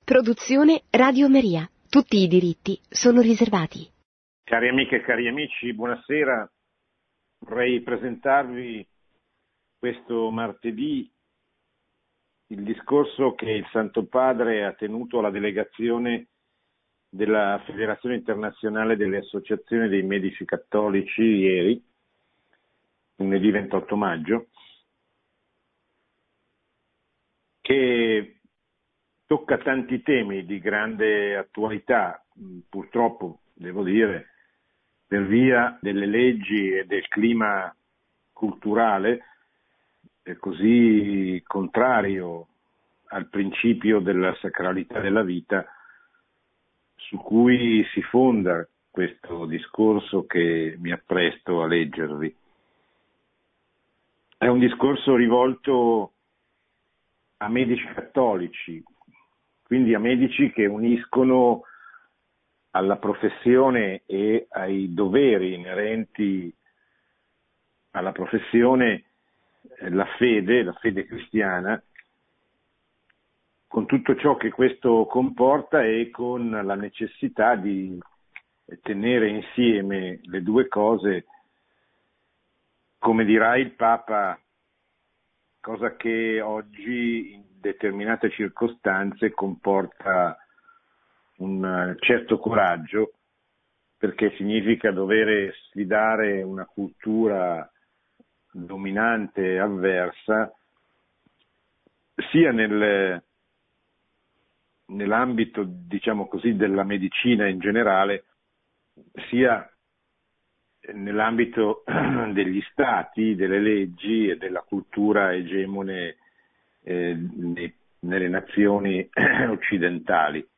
Produzione Radio Maria. Tutti i diritti sono riservati. Cari amiche e cari amici, buonasera. Vorrei presentarvi questo martedì il discorso che il Santo Padre ha tenuto alla delegazione della Federazione Internazionale delle Associazioni dei Medici Cattolici ieri, lunedì 28 maggio, che tocca tanti temi di grande attualità, purtroppo devo dire, per via delle leggi e del clima culturale così contrario al principio della sacralità della vita su cui si fonda questo discorso che mi appresto a leggervi. È un discorso rivolto a medici cattolici, quindi a medici che uniscono alla professione e ai doveri inerenti alla professione la fede cristiana, con tutto ciò che questo comporta e con la necessità di tenere insieme le due cose, come dirà il Papa, cosa che oggi in determinate circostanze comporta un certo coraggio, perché significa dover sfidare una cultura dominante e avversa, sia nell'ambito, diciamo così, della medicina in generale, sia nell'ambito degli stati, delle leggi e della cultura egemone nelle nazioni occidentali.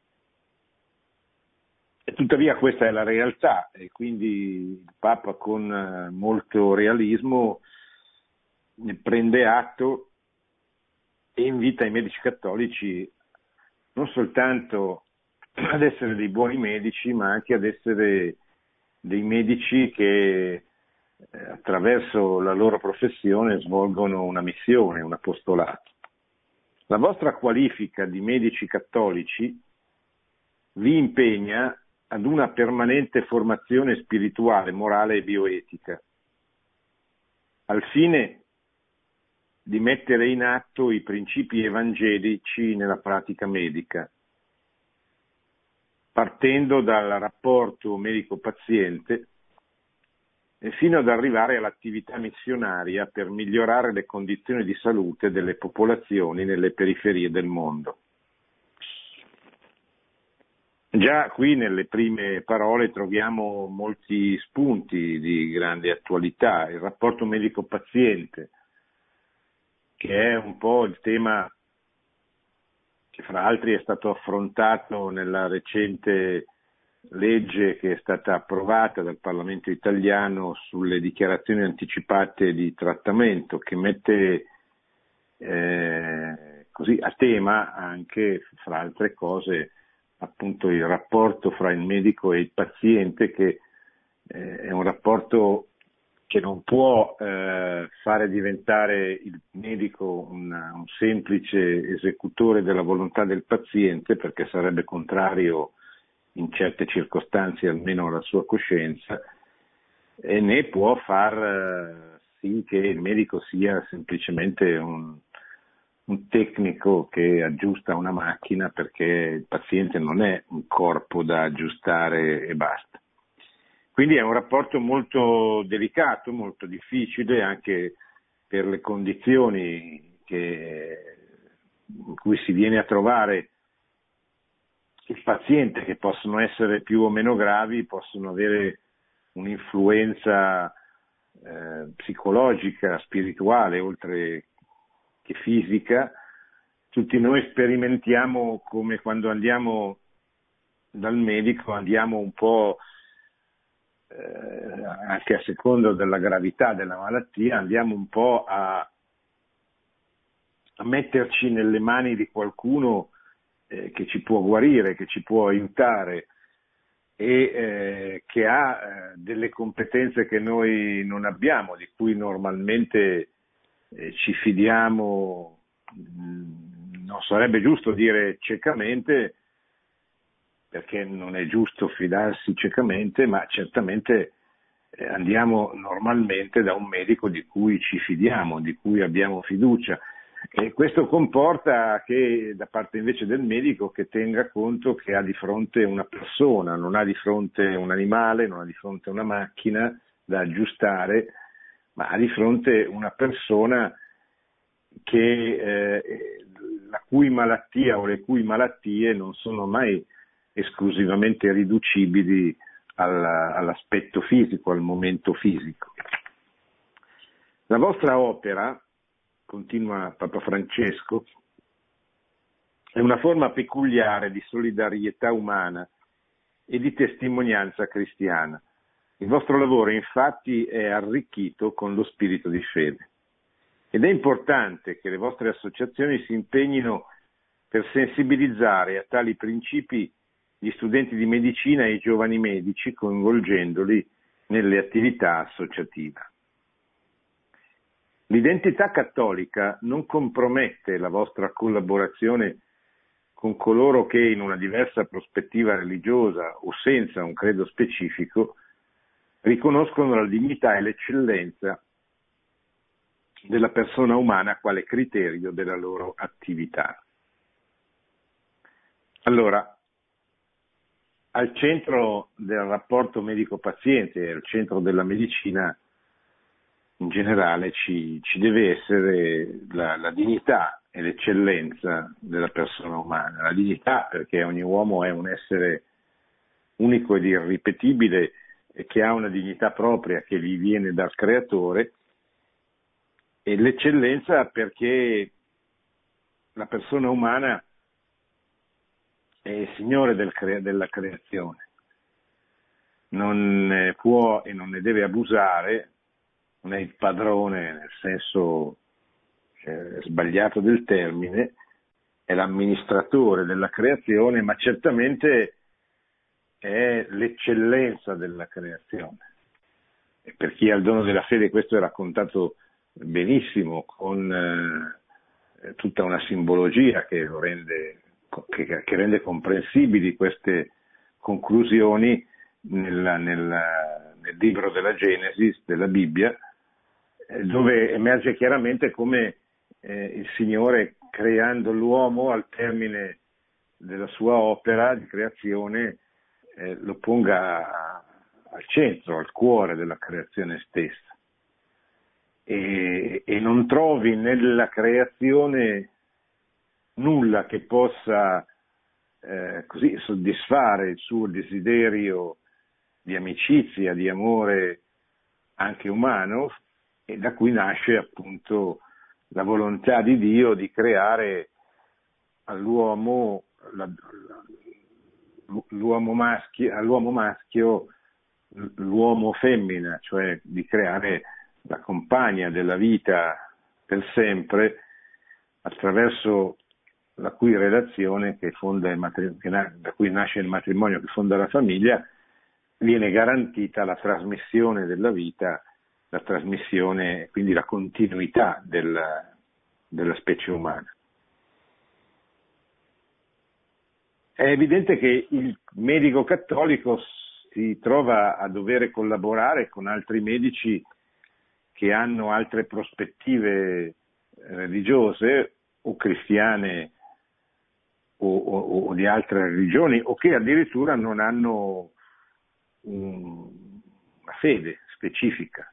E tuttavia questa è la realtà e quindi il Papa con molto realismo ne prende atto e invita i medici cattolici non soltanto ad essere dei buoni medici, ma anche ad essere dei medici che attraverso la loro professione svolgono una missione, un apostolato. La vostra qualifica di medici cattolici vi impegna ad una permanente formazione spirituale, morale e bioetica, al fine di mettere in atto i principi evangelici nella pratica medica, partendo dal rapporto medico-paziente e fino ad arrivare all'attività missionaria per migliorare le condizioni di salute delle popolazioni nelle periferie del mondo. Già qui nelle prime parole troviamo molti spunti di grande attualità. Il rapporto medico-paziente, che è un po' il tema che fra l'altro è stato affrontato nella recente legge che è stata approvata dal Parlamento italiano sulle dichiarazioni anticipate di trattamento, che mette così a tema anche, fra altre cose, appunto il rapporto fra il medico e il paziente, che è un rapporto che non può fare diventare il medico un semplice esecutore della volontà del paziente, perché sarebbe contrario in certe circostanze almeno alla sua coscienza, e né può far sì che il medico sia semplicemente un tecnico che aggiusta una macchina, perché il paziente non è un corpo da aggiustare e basta. Quindi è un rapporto molto delicato, molto difficile, anche per le condizioni in cui si viene a trovare il paziente, che possono essere più o meno gravi, possono avere un'influenza psicologica, spirituale, oltre che fisica. Tutti noi sperimentiamo come quando andiamo dal medico, andiamo un po', anche a seconda della gravità della malattia, andiamo un po' a metterci nelle mani di qualcuno che ci può guarire, che ci può aiutare e che ha delle competenze che noi non abbiamo, di cui normalmente ci fidiamo non sarebbe giusto dire ciecamente, perché non è giusto fidarsi ciecamente, ma certamente andiamo normalmente da un medico di cui ci fidiamo, di cui abbiamo fiducia. E questo comporta che da parte invece del medico che tenga conto che ha di fronte una persona, non ha di fronte un animale, non ha di fronte una macchina da aggiustare, ma ha di fronte una persona la cui malattia o le cui malattie non sono mai esclusivamente riducibili all'aspetto fisico, al momento fisico. La vostra opera, continua Papa Francesco, è una forma peculiare di solidarietà umana e di testimonianza cristiana. Il vostro lavoro infatti è arricchito con lo spirito di fede ed è importante che le vostre associazioni si impegnino per sensibilizzare a tali principi gli studenti di medicina e i giovani medici, coinvolgendoli nelle attività associative. L'identità cattolica non compromette la vostra collaborazione con coloro che in una diversa prospettiva religiosa o senza un credo specifico riconoscono la dignità e l'eccellenza della persona umana quale criterio della loro attività. Allora, al centro del rapporto medico-paziente, al centro della medicina in generale ci deve essere la dignità e l'eccellenza della persona umana. La dignità perché ogni uomo è un essere unico ed irripetibile e che ha una dignità propria che gli viene dal creatore, e l'eccellenza perché la persona umana è il signore della creazione, non può e non ne deve abusare, non è il padrone nel senso sbagliato del termine, è l'amministratore della creazione, ma certamente è l'eccellenza della creazione. E per chi ha il dono della fede questo è raccontato benissimo, con tutta una simbologia che rende comprensibili queste conclusioni nel libro della Genesi, della Bibbia, dove emerge chiaramente come il Signore, creando l'uomo al termine della sua opera di creazione, lo ponga al centro, al cuore della creazione stessa. E non trovi nella creazione nulla che possa così soddisfare il suo desiderio di amicizia, di amore anche umano, e da cui nasce appunto la volontà di Dio di creare all'uomo maschio l'uomo femmina, cioè di creare la compagna della vita per sempre, attraverso la cui relazione da cui nasce il matrimonio, che fonda la famiglia, viene garantita la trasmissione della vita, la trasmissione, quindi la continuità della specie umana. È evidente che il medico cattolico si trova a dover collaborare con altri medici che hanno altre prospettive religiose o cristiane o di altre religioni, o che addirittura non hanno una fede specifica.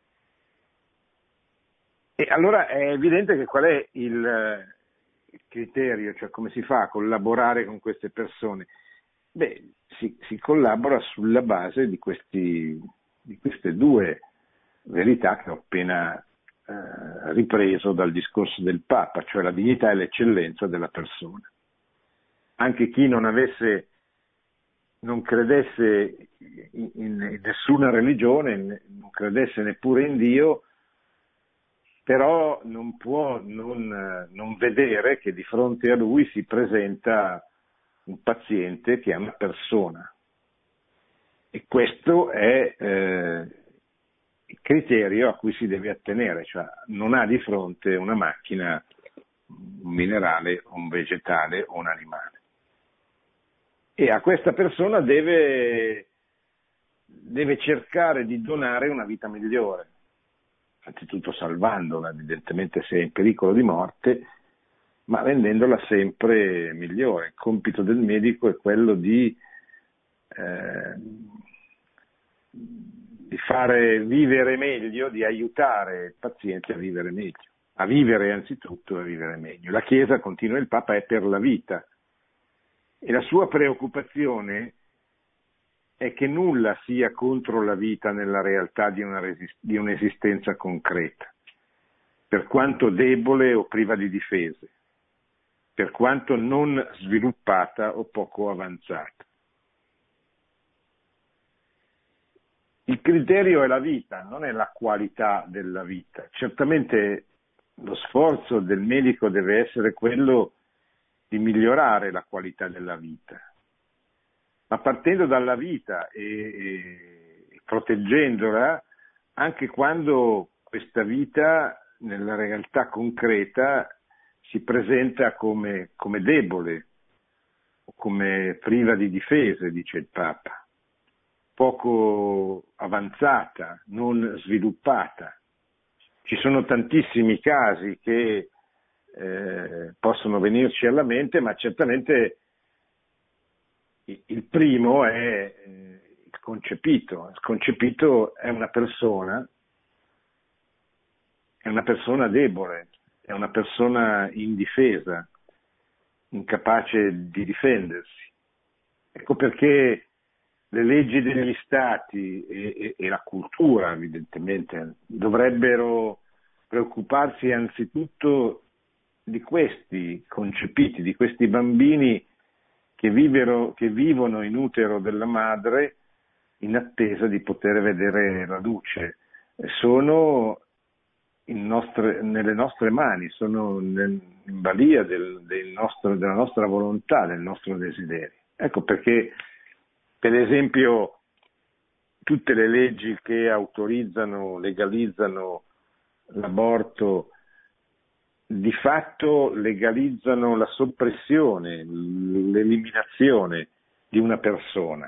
E allora è evidente che qual è il criterio, cioè come si fa a collaborare con queste persone? Beh, si collabora sulla base di queste due verità che ho appena ripreso dal discorso del Papa, cioè la dignità e l'eccellenza della persona. Anche chi non credesse in nessuna religione, non credesse neppure in Dio, però non può non vedere che di fronte a lui si presenta un paziente che è una persona. E questo è il criterio a cui si deve attenere, cioè non ha di fronte una macchina un minerale, un vegetale o un animale. E a questa persona deve cercare di donare una vita migliore, anzitutto salvandola, evidentemente se è in pericolo di morte, ma rendendola sempre migliore. Il compito del medico è quello di fare vivere meglio, di aiutare il paziente a vivere meglio, a vivere anzitutto e a vivere meglio. La Chiesa, continua il Papa, è per la vita e la sua preoccupazione è che nulla sia contro la vita nella realtà di un'esistenza concreta, per quanto debole o priva di difese, per quanto non sviluppata o poco avanzata. Il criterio è la vita, non è la qualità della vita. Certamente lo sforzo del medico deve essere quello di migliorare la qualità della vita, ma partendo dalla vita e proteggendola anche quando questa vita nella realtà concreta si presenta come debole o come priva di difese, dice il Papa, poco avanzata, non sviluppata. Ci sono tantissimi casi che possono venirci alla mente, ma certamente il primo è il concepito. Il concepito è una persona debole, è una persona indifesa, incapace di difendersi. Ecco perché le leggi degli stati e la cultura, evidentemente, dovrebbero preoccuparsi anzitutto di questi concepiti, di questi bambini che vivono in utero della madre in attesa di poter vedere la luce. Sono nelle nostre mani, sono in balia della nostra volontà, del nostro desiderio. Ecco perché, per esempio, tutte le leggi che legalizzano l'aborto, di fatto legalizzano la soppressione, l'eliminazione di una persona.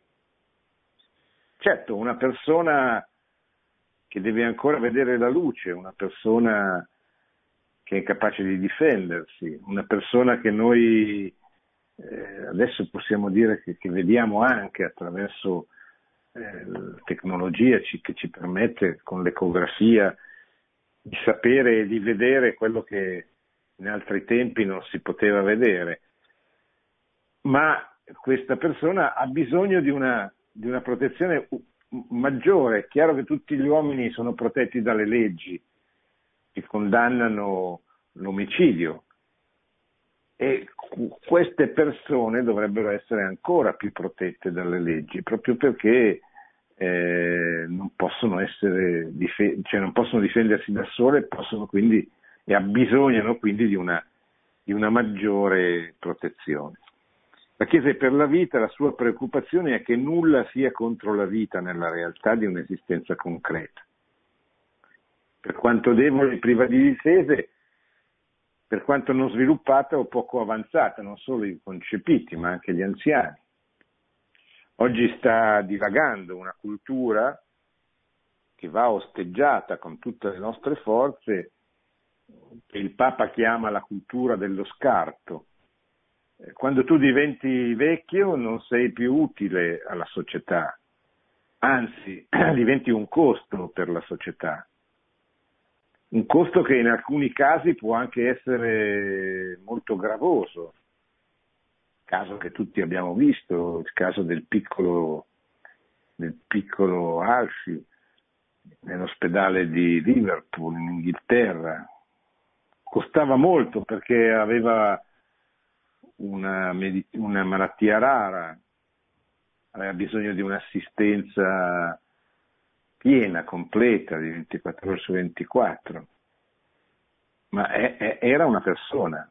Certo, una persona che deve ancora vedere la luce, una persona che è capace di difendersi, una persona che noi adesso possiamo dire che vediamo anche attraverso la tecnologia che ci permette con l'ecografia di sapere e di vedere quello che in altri tempi non si poteva vedere. Ma questa persona ha bisogno di una protezione maggiore. È chiaro che tutti gli uomini sono protetti dalle leggi che condannano l'omicidio e queste persone dovrebbero essere ancora più protette dalle leggi, proprio perché non possono non possono difendersi da sole, e abbisognano quindi di una maggiore protezione. La Chiesa è per la vita, la sua preoccupazione è che nulla sia contro la vita nella realtà di un'esistenza concreta. Per quanto debole e priva di difese, per quanto non sviluppata o poco avanzata, non solo i concepiti, ma anche gli anziani. Oggi sta divagando una cultura che va osteggiata con tutte le nostre forze, che il Papa chiama la cultura dello scarto. Quando tu diventi vecchio non sei più utile alla società, anzi diventi un costo per la società, un costo che in alcuni casi può anche essere molto gravoso. Il caso che tutti abbiamo visto, il caso del piccolo Alfie nell'ospedale di Liverpool in Inghilterra. Costava molto perché aveva una malattia rara, aveva bisogno di un'assistenza piena, completa, di 24 ore su 24, ma era una persona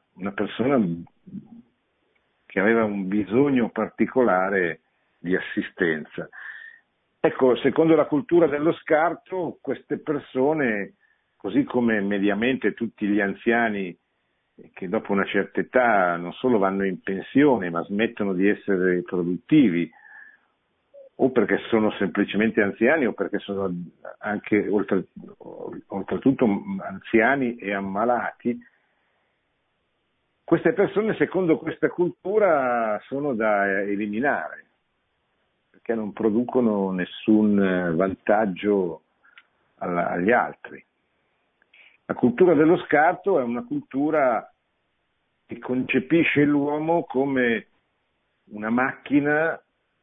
che aveva un bisogno particolare di assistenza. Ecco, secondo la cultura dello scarto, queste persone, così come mediamente tutti gli anziani che dopo una certa età non solo vanno in pensione, ma smettono di essere produttivi, o perché sono semplicemente anziani o perché sono anche oltretutto anziani e ammalati. Queste persone, secondo questa cultura, sono da eliminare, perché non producono nessun vantaggio agli altri. La cultura dello scarto è una cultura che concepisce l'uomo come una macchina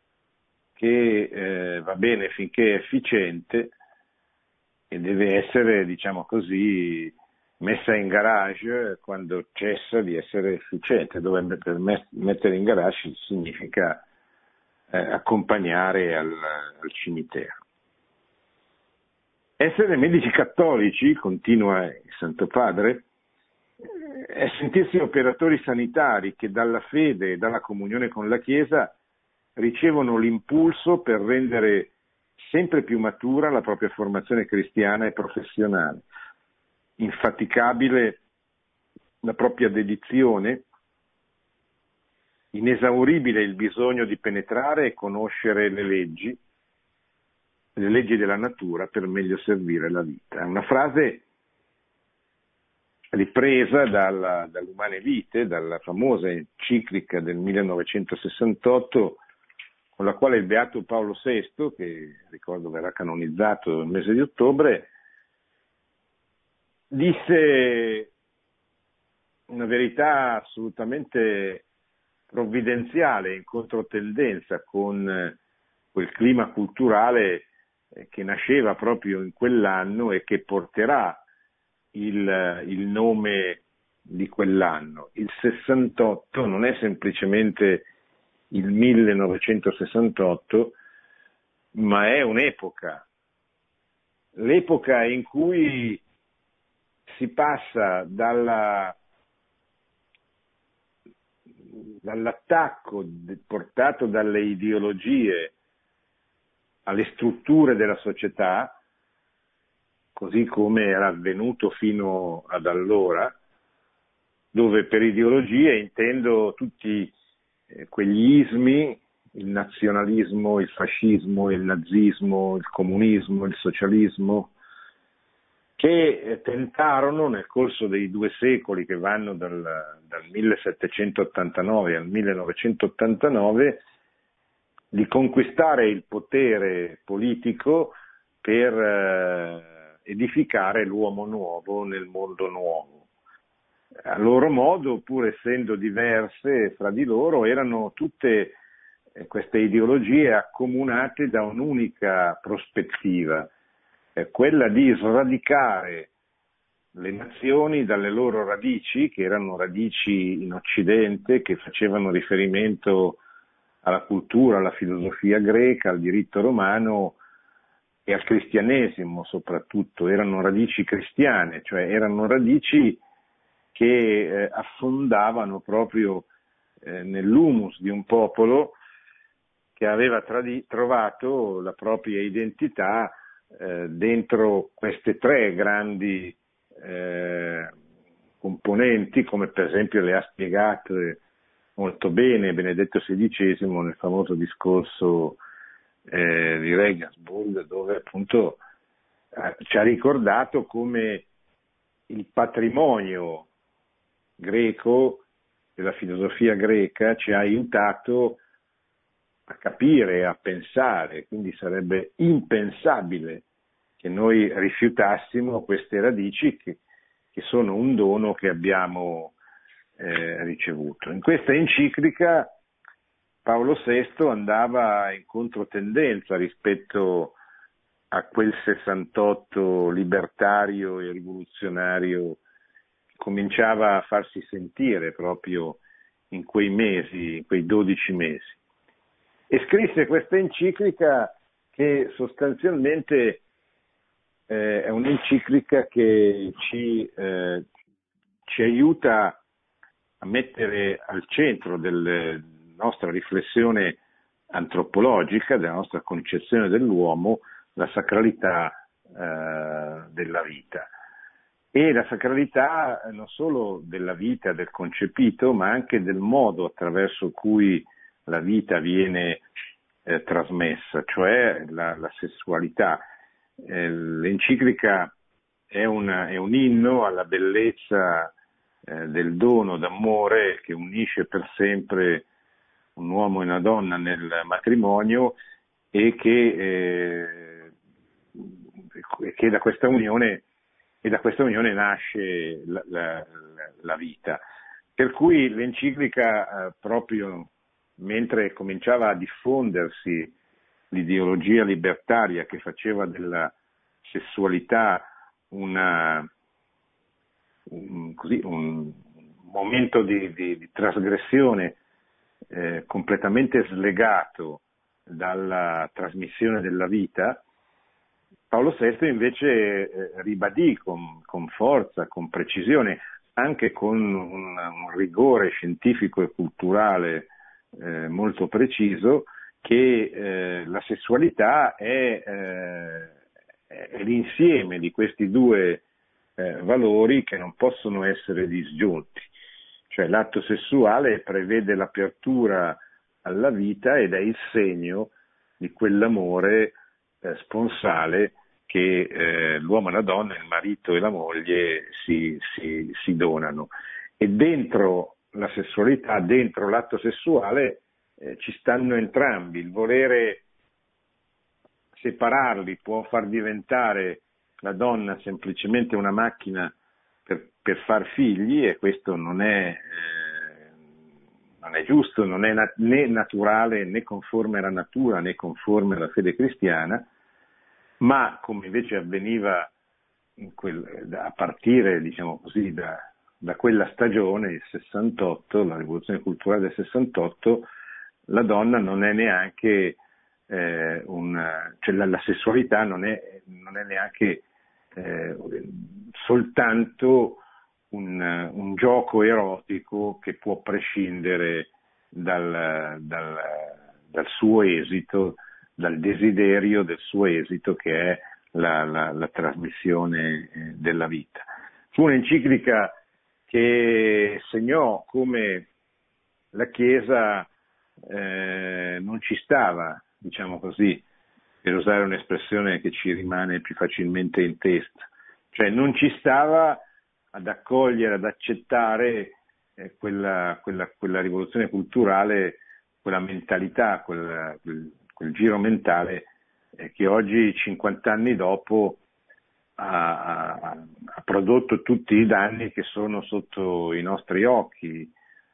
che va bene finché è efficiente e deve essere, diciamo così, messa in garage quando cessa di essere efficiente, dove per mettere in garage significa accompagnare al cimitero. Essere medici cattolici, continua il Santo Padre, è sentirsi operatori sanitari che dalla fede e dalla comunione con la Chiesa ricevono l'impulso per rendere sempre più matura la propria formazione cristiana e professionale, infaticabile la propria dedizione, inesauribile il bisogno di penetrare e conoscere le leggi della natura per meglio servire la vita. È una frase ripresa dall'Umane Vitae, dalla famosa enciclica del 1968, con la quale il Beato Paolo VI, che ricordo verrà canonizzato nel mese di ottobre, disse una verità assolutamente provvidenziale, in controtendenza con quel clima culturale che nasceva proprio in quell'anno e che porterà il nome di quell'anno. Il 68 non è semplicemente il 1968, ma è un'epoca, l'epoca in cui si passa dall'attacco portato dalle ideologie alle strutture della società, così come era avvenuto fino ad allora, dove per ideologie intendo tutti quegli ismi, il nazionalismo, il fascismo, il nazismo, il comunismo, il socialismo, che tentarono nel corso dei 2 secoli che vanno dal 1789 al 1989 di conquistare il potere politico per edificare l'uomo nuovo nel mondo nuovo. A loro modo, pur essendo diverse fra di loro, erano tutte queste ideologie accomunate da un'unica prospettiva, quella di sradicare le nazioni dalle loro radici, che erano radici in Occidente, che facevano riferimento alla cultura, alla filosofia greca, al diritto romano e al cristianesimo soprattutto. Erano radici cristiane, cioè erano radici che affondavano proprio nell'humus di un popolo che aveva trovato la propria identità dentro queste 3 grandi componenti, come per esempio le ha spiegate molto bene Benedetto XVI nel famoso discorso di Regensburg, dove appunto ci ha ricordato come il patrimonio greco, della filosofia greca, ci ha aiutato a capire, a pensare, quindi sarebbe impensabile che noi rifiutassimo queste radici che sono un dono che abbiamo ricevuto. In questa enciclica Paolo VI andava in controtendenza rispetto a quel 68 libertario e rivoluzionario che cominciava a farsi sentire proprio in quei mesi, in quei 12 mesi. E scrisse questa enciclica che sostanzialmente è un'enciclica che ci aiuta a mettere al centro della nostra riflessione antropologica, della nostra concezione dell'uomo, la sacralità della vita. e la sacralità non solo della vita, del concepito, ma anche del modo attraverso cui la vita viene trasmessa, cioè la sessualità. L'enciclica è un inno alla bellezza del dono d'amore che unisce per sempre un uomo e una donna nel matrimonio e che da questa unione nasce la vita. Per cui l'enciclica, proprio mentre cominciava a diffondersi l'ideologia libertaria che faceva della sessualità un momento di trasgressione completamente slegato dalla trasmissione della vita, Paolo VI invece ribadì con forza, con precisione, anche con un rigore scientifico e culturale molto preciso, che la sessualità è l'insieme di questi due valori che non possono essere disgiunti. Cioè l'atto sessuale prevede l'apertura alla vita ed è il segno di quell'amore sponsale che l'uomo e la donna, il marito e la moglie si donano. E dentro la sessualità, dentro l'atto sessuale ci stanno entrambi. Il volere separarli può far diventare la donna semplicemente una macchina per far figli, e questo non è giusto, non è né naturale né conforme alla natura né conforme alla fede cristiana, ma come invece avveniva a partire, diciamo così, da quella stagione, il 68, la rivoluzione culturale del 68, la donna non è neanche cioè la sessualità non è neanche soltanto un gioco erotico che può prescindere dal suo esito, dal desiderio del suo esito, che è la trasmissione della vita. Fu un'enciclica che segnò come la Chiesa non ci stava, diciamo così, per usare un'espressione che ci rimane più facilmente in testa, cioè non ci stava ad accogliere, ad accettare quella rivoluzione culturale, quella mentalità, quel giro mentale che oggi, 50 anni dopo, ha prodotto tutti i danni che sono sotto i nostri occhi.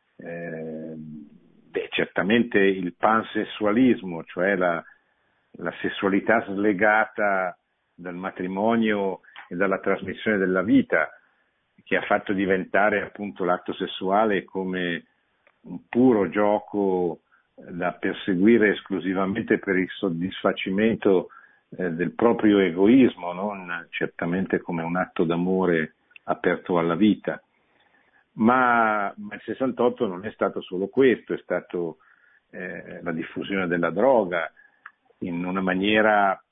Certamente il pansessualismo, cioè la sessualità slegata dal matrimonio e dalla trasmissione della vita, che ha fatto diventare appunto l'atto sessuale come un puro gioco da perseguire esclusivamente per il soddisfacimento del proprio egoismo, non certamente come un atto d'amore aperto alla vita. Ma il 68 non è stato solo questo, è stato la diffusione della droga in una maniera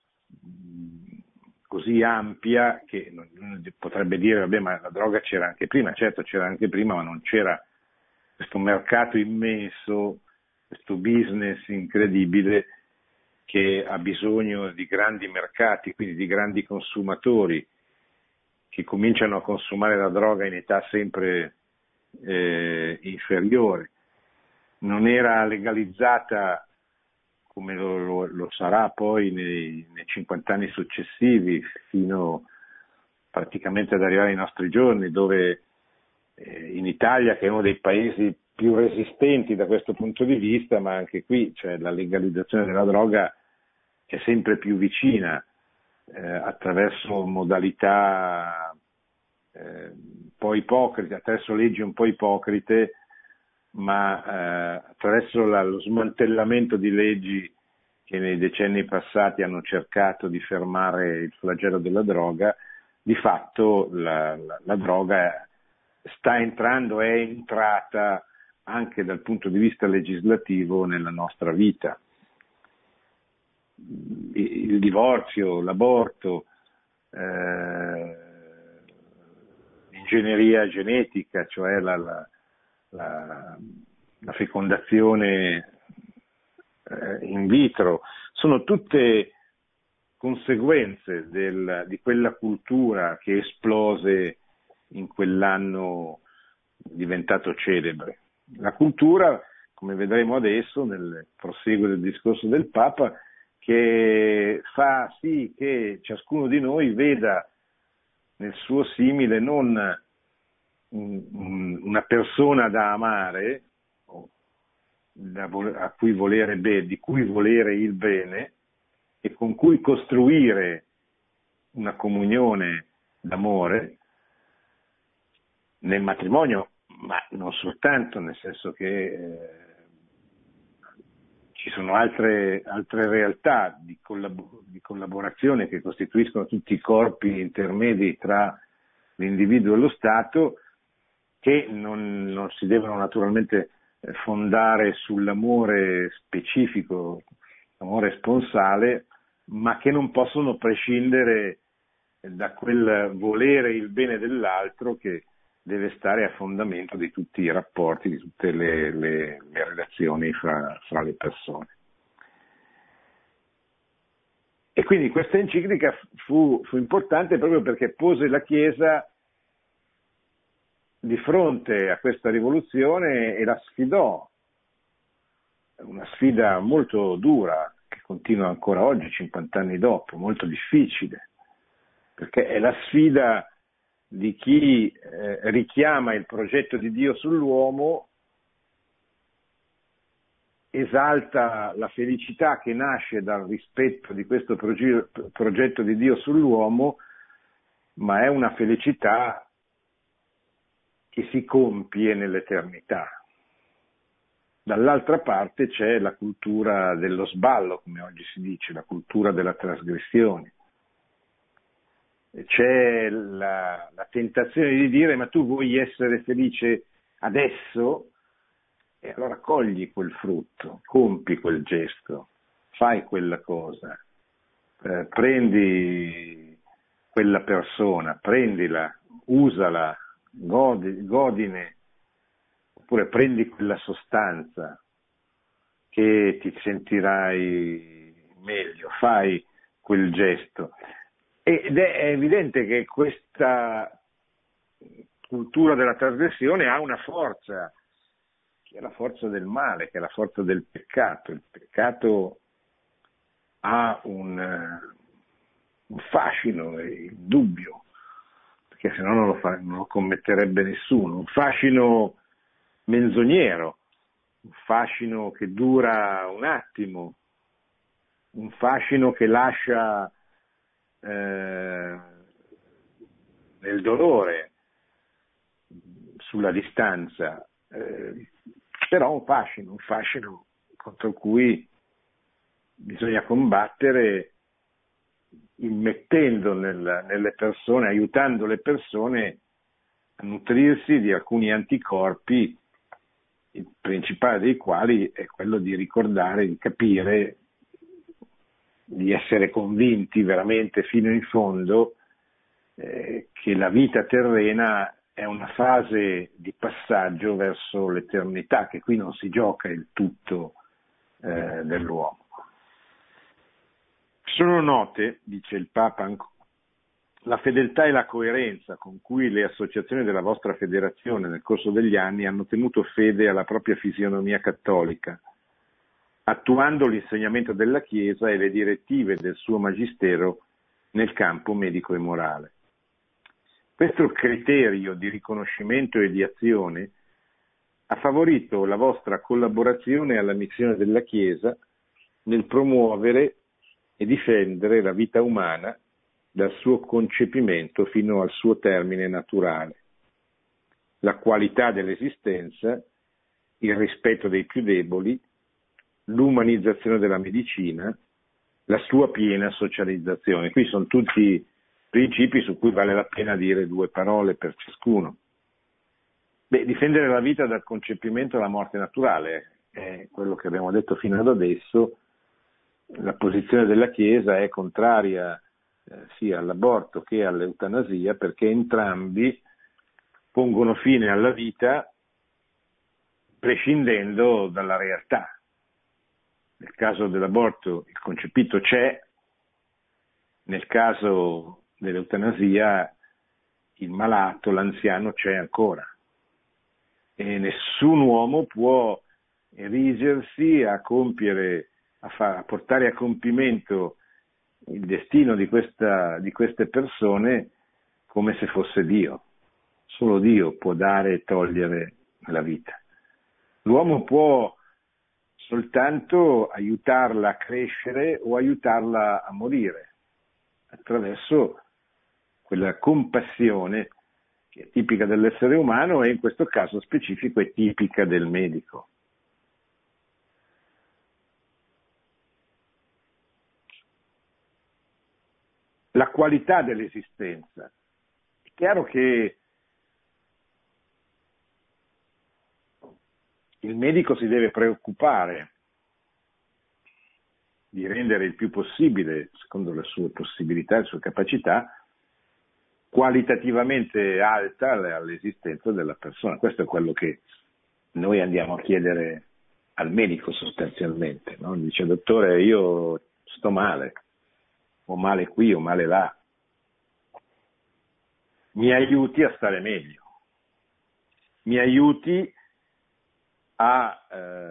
così ampia che potrebbe dire, vabbè, ma la droga c'era anche prima. Certo, c'era anche prima, ma non c'era questo mercato immenso, questo business incredibile che ha bisogno di grandi mercati, quindi di grandi consumatori che cominciano a consumare la droga in età sempre inferiore. Non era legalizzata come lo sarà poi nei 50 anni successivi, fino praticamente ad arrivare ai nostri giorni, dove in Italia, che è uno dei paesi più resistenti da questo punto di vista, ma anche qui, cioè, la legalizzazione della droga è sempre più vicina attraverso modalità un po' ipocrite, attraverso leggi un po' ipocrite, ma attraverso lo smantellamento di leggi che nei decenni passati hanno cercato di fermare il flagello della droga. Di fatto la droga sta entrando, è entrata anche dal punto di vista legislativo nella nostra vita. Il divorzio, l'aborto, ingegneria genetica, cioè la fecondazione in vitro, sono tutte conseguenze di quella cultura che esplose in quell'anno diventato celebre. La cultura, come vedremo adesso nel proseguo del discorso del Papa, che fa sì che ciascuno di noi veda nel suo simile non una persona da amare, a cui di cui volere il bene e con cui costruire una comunione d'amore nel matrimonio, ma non soltanto, nel senso che ci sono altre realtà di collaborazione che costituiscono tutti i corpi intermedi tra l'individuo e lo Stato, che non si devono naturalmente fondare sull'amore specifico, l'amore sponsale, ma che non possono prescindere da quel volere il bene dell'altro che deve stare a fondamento di tutti i rapporti, di tutte le relazioni fra le persone. E quindi questa enciclica fu importante proprio perché pose la Chiesa di fronte a questa rivoluzione e la sfidò, una sfida molto dura che continua ancora oggi, 50 anni dopo, molto difficile, perché è la sfida di chi richiama il progetto di Dio sull'uomo, esalta la felicità che nasce dal rispetto di questo progetto di Dio sull'uomo, ma è una felicità che si compie nell'eternità. Dall'altra parte c'è la cultura dello sballo, come oggi si dice, la cultura della trasgressione. C'è la tentazione di dire: ma tu vuoi essere felice adesso? E allora cogli quel frutto, compi quel gesto, fai quella cosa, prendi quella persona, prendila, usala, godine, oppure prendi quella sostanza che ti sentirai meglio, fai quel gesto. Ed è evidente che questa cultura della trasgressione ha una forza, che è la forza del male, che è la forza del peccato. Il peccato ha un fascino, è indubbio, perché se no non lo commetterebbe nessuno, un fascino menzognero, un fascino che dura un attimo, un fascino che lascia nel dolore, sulla distanza, però un fascino contro cui bisogna combattere immettendo nelle persone, aiutando le persone a nutrirsi di alcuni anticorpi, il principale dei quali è quello di ricordare, di capire, di essere convinti veramente fino in fondo che la vita terrena è una fase di passaggio verso l'eternità, che qui non si gioca il tutto dell'uomo. Sono note, dice il Papa, la fedeltà e la coerenza con cui le associazioni della vostra federazione nel corso degli anni hanno tenuto fede alla propria fisionomia cattolica, attuando l'insegnamento della Chiesa e le direttive del suo magistero nel campo medico e morale. Questo criterio di riconoscimento e di azione ha favorito la vostra collaborazione alla missione della Chiesa nel promuovere e difendere la vita umana dal suo concepimento fino al suo termine naturale, la qualità dell'esistenza, il rispetto dei più deboli, l'umanizzazione della medicina, la sua piena socializzazione. Qui sono tutti principi su cui vale la pena dire due parole per ciascuno. Difendere la vita dal concepimento alla morte naturale è quello che abbiamo detto fino ad adesso. La posizione della Chiesa è contraria sia all'aborto che all'eutanasia, perché entrambi pongono fine alla vita prescindendo dalla realtà. Nel caso dell'aborto il concepito c'è, nel caso dell'eutanasia il malato, l'anziano c'è ancora, e nessun uomo può erigersi a compiere, a portare a compimento il destino di queste persone come se fosse Dio. Solo Dio può dare e togliere la vita. L'uomo può soltanto aiutarla a crescere o aiutarla a morire attraverso quella compassione che è tipica dell'essere umano e in questo caso specifico è tipica del medico. La qualità dell'esistenza. È chiaro che il medico si deve preoccupare di rendere il più possibile, secondo le sue possibilità e le sue capacità, qualitativamente alta all'esistenza della persona. Questo è quello che noi andiamo a chiedere al medico sostanzialmente, no? Dice: dottore, io sto male, ho male qui, ho male là, mi aiuti a stare meglio, mi aiuti a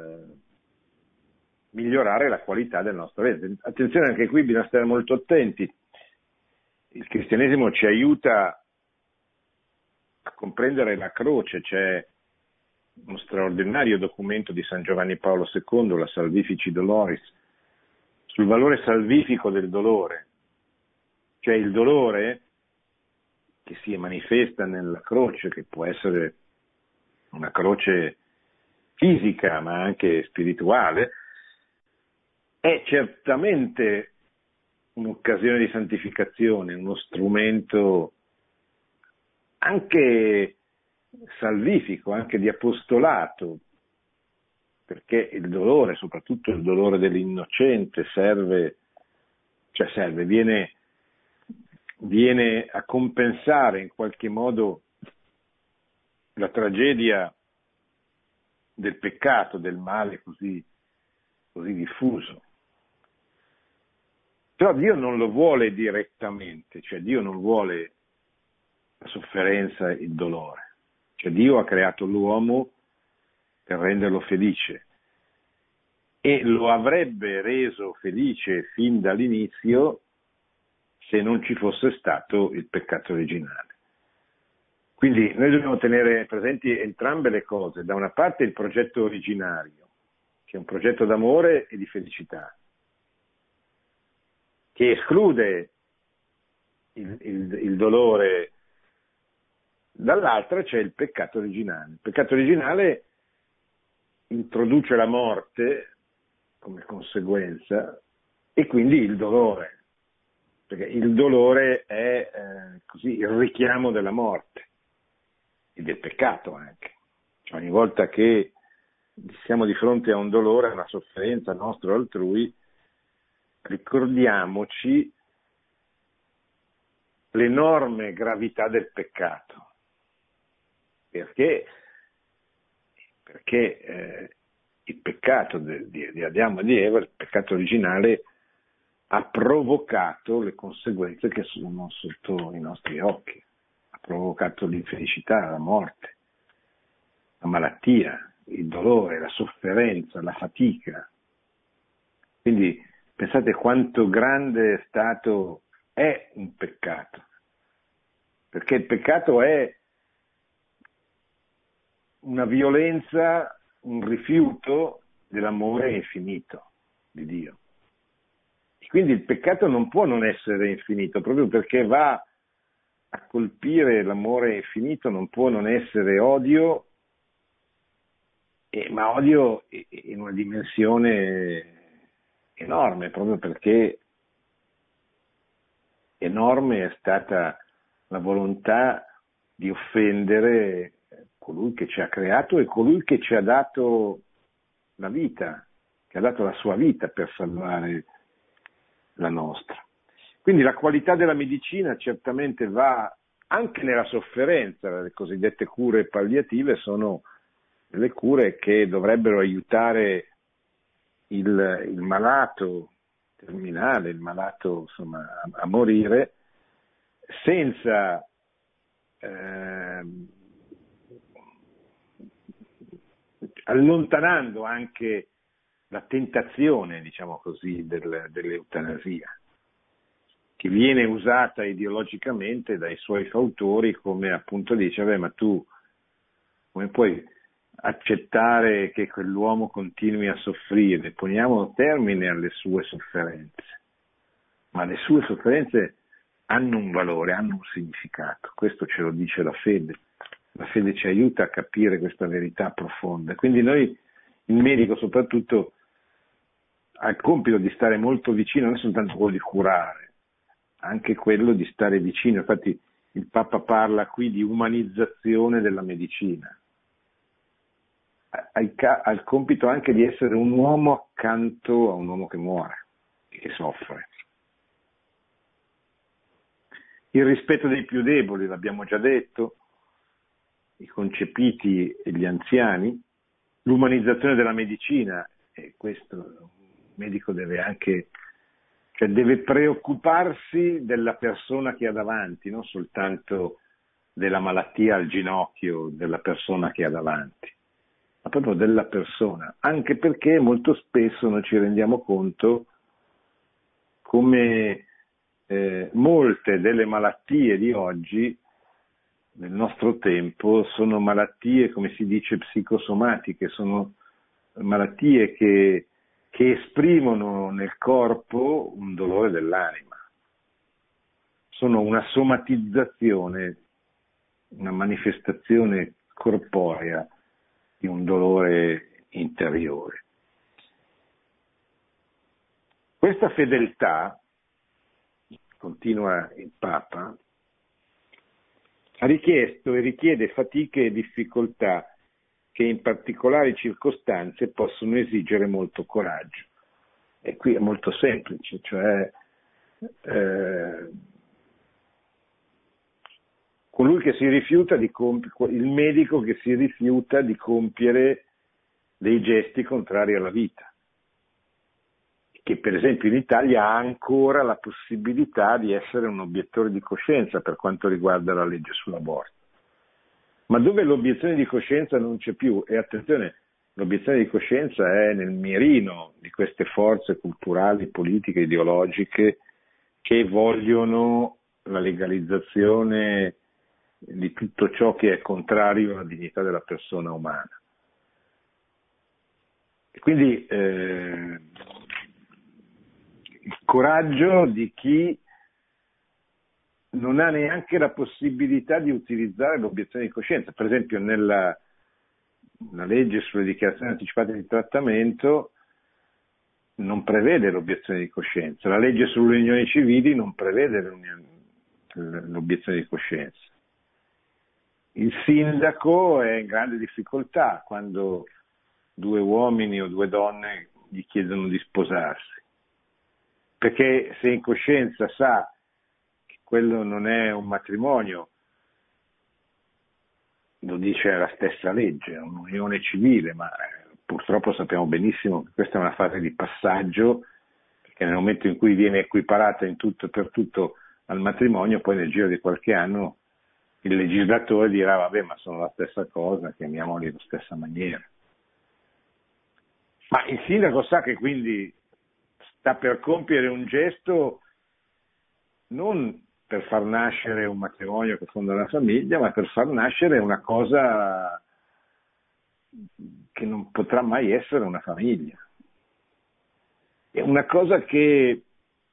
migliorare la qualità del nostro vita. Attenzione, anche qui bisogna stare molto attenti. Il cristianesimo ci aiuta a comprendere la croce. C'è uno straordinario documento di San Giovanni Paolo II, la Salvifici Doloris, sul valore salvifico del dolore. Cioè il dolore che si manifesta nella croce, che può essere una croce fisica ma anche spirituale, è certamente un'occasione di santificazione, uno strumento anche salvifico, anche di apostolato, perché il dolore, soprattutto il dolore dell'innocente, viene a compensare in qualche modo la tragedia del peccato, del male così diffuso. Però Dio non lo vuole direttamente, cioè Dio non vuole la sofferenza e il dolore. Cioè Dio ha creato l'uomo per renderlo felice e lo avrebbe reso felice fin dall'inizio se non ci fosse stato il peccato originale. Quindi noi dobbiamo tenere presenti entrambe le cose. Da una parte il progetto originario, che è un progetto d'amore e di felicità, che esclude il dolore. Dall'altra c'è il peccato originale. Il peccato originale introduce la morte come conseguenza e quindi il dolore, perché il dolore è così il richiamo della morte e del peccato anche. Cioè, ogni volta che siamo di fronte a un dolore, a una sofferenza nostra o altrui, ricordiamoci l'enorme gravità del peccato. Perché il peccato di Adamo e di Eva, il peccato originale, ha provocato le conseguenze che sono sotto i nostri occhi, ha provocato l'infelicità, la morte, la malattia, il dolore, la sofferenza, la fatica. Quindi pensate quanto grande è un peccato, perché il peccato è una violenza, un rifiuto dell'amore infinito di Dio. E quindi il peccato non può non essere infinito, proprio perché va a colpire l'amore infinito, non può non essere odio, ma odio in una dimensione enorme, proprio perché enorme è stata la volontà di offendere colui che ci ha creato e colui che ci ha dato la vita, che ha dato la sua vita per salvare la nostra. Quindi la qualità della medicina certamente va anche nella sofferenza. Le cosiddette cure palliative sono delle cure che dovrebbero aiutare il malato terminale, il malato insomma, a morire, senza allontanando anche la tentazione, diciamo così, dell'eutanasia, che viene usata ideologicamente dai suoi fautori come appunto dice, vabbè, ma tu come puoi accettare che quell'uomo continui a soffrire? Poniamo termine alle sue sofferenze, ma le sue sofferenze hanno un valore, hanno un significato, questo ce lo dice la fede. La fede ci aiuta a capire questa verità profonda. Quindi noi, il medico soprattutto, ha il compito di stare molto vicino, non soltanto quello di curare, anche quello di stare vicino. Infatti il Papa parla qui di umanizzazione della medicina. Ha il compito anche di essere un uomo accanto a un uomo che muore, che soffre. Il rispetto dei più deboli, l'abbiamo già detto, i concepiti e gli anziani, l'umanizzazione della medicina, e questo il medico deve anche, cioè deve preoccuparsi della persona che ha davanti, non soltanto della malattia al ginocchio della persona che ha davanti, ma proprio della persona, anche perché molto spesso non ci rendiamo conto come molte delle malattie di oggi, nel nostro tempo, sono malattie, come si dice, psicosomatiche, sono malattie che esprimono nel corpo un dolore dell'anima, sono una somatizzazione, una manifestazione corporea di un dolore interiore. Questa fedeltà, continua il Papa, ha richiesto e richiede fatiche e difficoltà che in particolari circostanze possono esigere molto coraggio. E qui è molto semplice, cioè colui che si rifiuta di il medico che si rifiuta di compiere dei gesti contrari alla vita, che per esempio in Italia ha ancora la possibilità di essere un obiettore di coscienza per quanto riguarda la legge sull'aborto. Ma dove l'obiezione di coscienza non c'è più, e attenzione, l'obiezione di coscienza è nel mirino di queste forze culturali, politiche, ideologiche che vogliono la legalizzazione di tutto ciò che è contrario alla dignità della persona umana. E quindi il coraggio di chi non ha neanche la possibilità di utilizzare l'obiezione di coscienza. Per esempio nella legge sulle dichiarazioni anticipate di trattamento non prevede l'obiezione di coscienza, la legge sulle unioni civili non prevede l'obiezione di coscienza. Il sindaco è in grande difficoltà quando due uomini o due donne gli chiedono di sposarsi, perché se in coscienza sa che quello non è un matrimonio, lo dice la stessa legge, è un'unione civile, ma purtroppo sappiamo benissimo che questa è una fase di passaggio, perché nel momento in cui viene equiparata in tutto e per tutto al matrimonio, poi nel giro di qualche anno il legislatore dirà vabbè, ma sono la stessa cosa, chiamiamoli alla stessa maniera. Ma il sindaco sa che quindi sta per compiere un gesto non per far nascere un matrimonio che fonda una famiglia, ma per far nascere una cosa che non potrà mai essere una famiglia. È una cosa che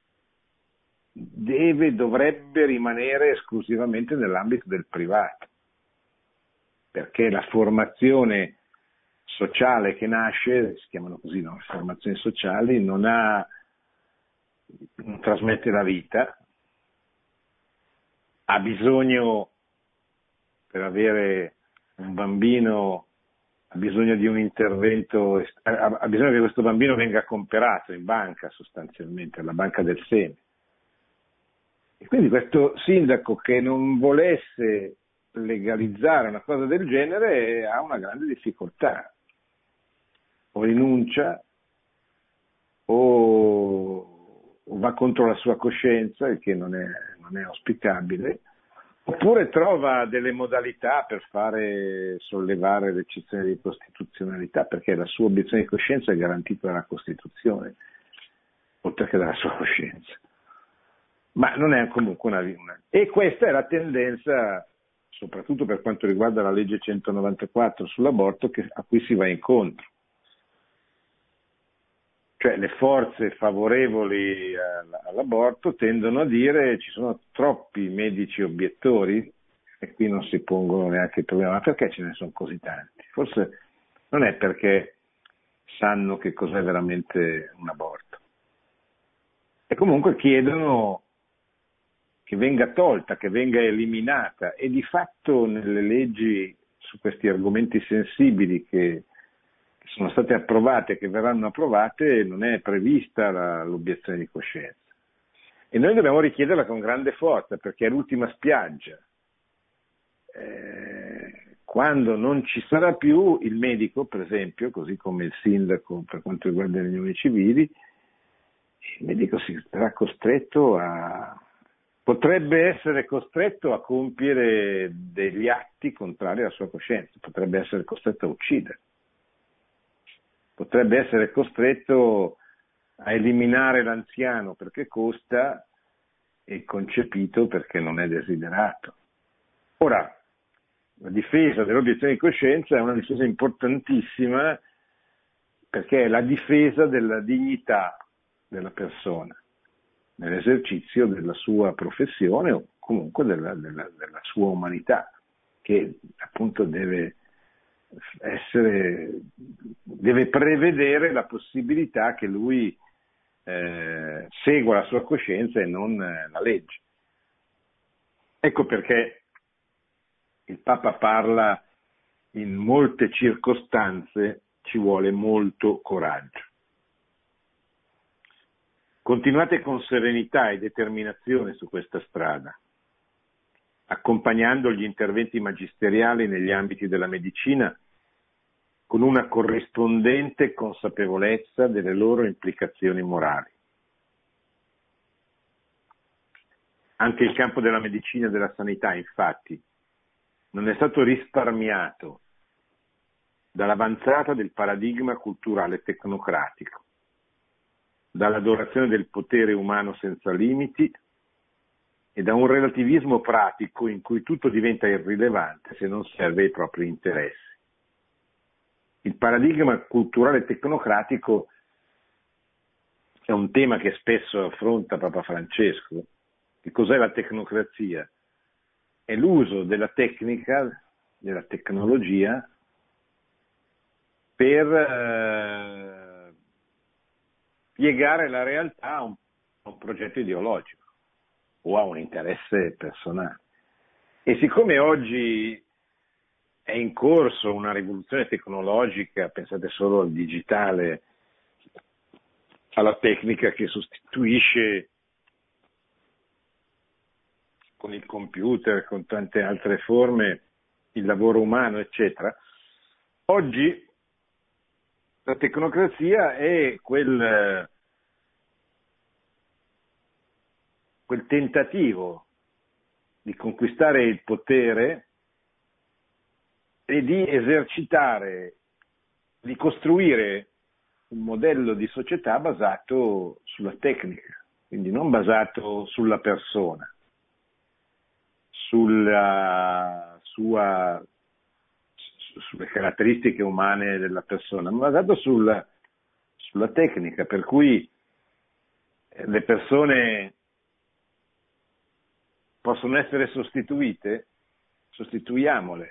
dovrebbe rimanere esclusivamente nell'ambito del privato, perché la formazione sociale che nasce, si chiamano così, no? Formazioni sociali, non trasmette la vita, ha bisogno, per avere un bambino, ha bisogno di un intervento, ha bisogno che questo bambino venga comperato in banca sostanzialmente, alla banca del seme. E quindi questo sindaco che non volesse legalizzare una cosa del genere ha una grande difficoltà, o rinuncia o va contro la sua coscienza, il che non è auspicabile, oppure trova delle modalità per fare sollevare l'eccezione di costituzionalità, perché la sua obiezione di coscienza è garantita dalla Costituzione, oltre che dalla sua coscienza. Ma non è comunque una. E questa è la tendenza, soprattutto per quanto riguarda la legge 194 sull'aborto, a cui si va incontro. Cioè le forze favorevoli all'aborto tendono a dire ci sono troppi medici obiettori, e qui non si pongono neanche il problema, ma perché ce ne sono così tanti? Forse non è perché sanno che cos'è veramente un aborto. E comunque chiedono che venga tolta, che venga eliminata, e di fatto nelle leggi su questi argomenti sensibili che sono state approvate, che verranno approvate, non è prevista l'obiezione di coscienza. E noi dobbiamo richiederla con grande forza, perché è l'ultima spiaggia. Quando non ci sarà più il medico, per esempio, così come il sindaco per quanto riguarda le unioni civili, il medico si sarà costretto potrebbe essere costretto a compiere degli atti contrari alla sua coscienza, potrebbe essere costretto a uccidere. Potrebbe essere costretto a eliminare l'anziano perché costa e concepito perché non è desiderato. Ora, la difesa dell'obiezione di coscienza è una difesa importantissima perché è la difesa della dignità della persona nell'esercizio della sua professione o comunque della sua umanità, che appunto deve prevedere la possibilità che lui segua la sua coscienza e non la legge. Ecco perché il Papa parla in molte circostanze, ci vuole molto coraggio. Continuate con serenità e determinazione su questa strada, accompagnando gli interventi magisteriali negli ambiti della medicina con una corrispondente consapevolezza delle loro implicazioni morali. Anche il campo della medicina e della sanità, infatti, non è stato risparmiato dall'avanzata del paradigma culturale tecnocratico, dall'adorazione del potere umano senza limiti e da un relativismo pratico in cui tutto diventa irrilevante se non serve ai propri interessi. Il paradigma culturale tecnocratico è un tema che spesso affronta Papa Francesco. Che cos'è la tecnocrazia? È l'uso della tecnica, della tecnologia, per piegare la realtà a un progetto ideologico o a un interesse personale. E siccome oggi è in corso una rivoluzione tecnologica, pensate solo al digitale, alla tecnica che sostituisce con il computer, con tante altre forme, il lavoro umano, eccetera. Oggi la tecnocrazia è quel tentativo di conquistare il potere e di esercitare, di costruire un modello di società basato sulla tecnica, quindi non basato sulla persona, sulle caratteristiche umane della persona, ma basato sulla tecnica, per cui le persone possono essere sostituite, sostituiamole.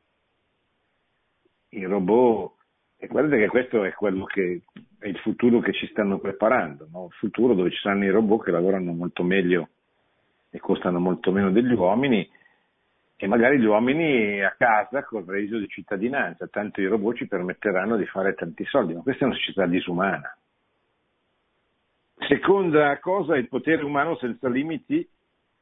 I robot, e guardate che questo è quello che è il futuro che ci stanno preparando, no? Il futuro dove ci saranno i robot che lavorano molto meglio e costano molto meno degli uomini, e magari gli uomini a casa col reddito di cittadinanza, tanto i robot ci permetteranno di fare tanti soldi, ma questa è una società disumana. Seconda cosa, il potere umano senza limiti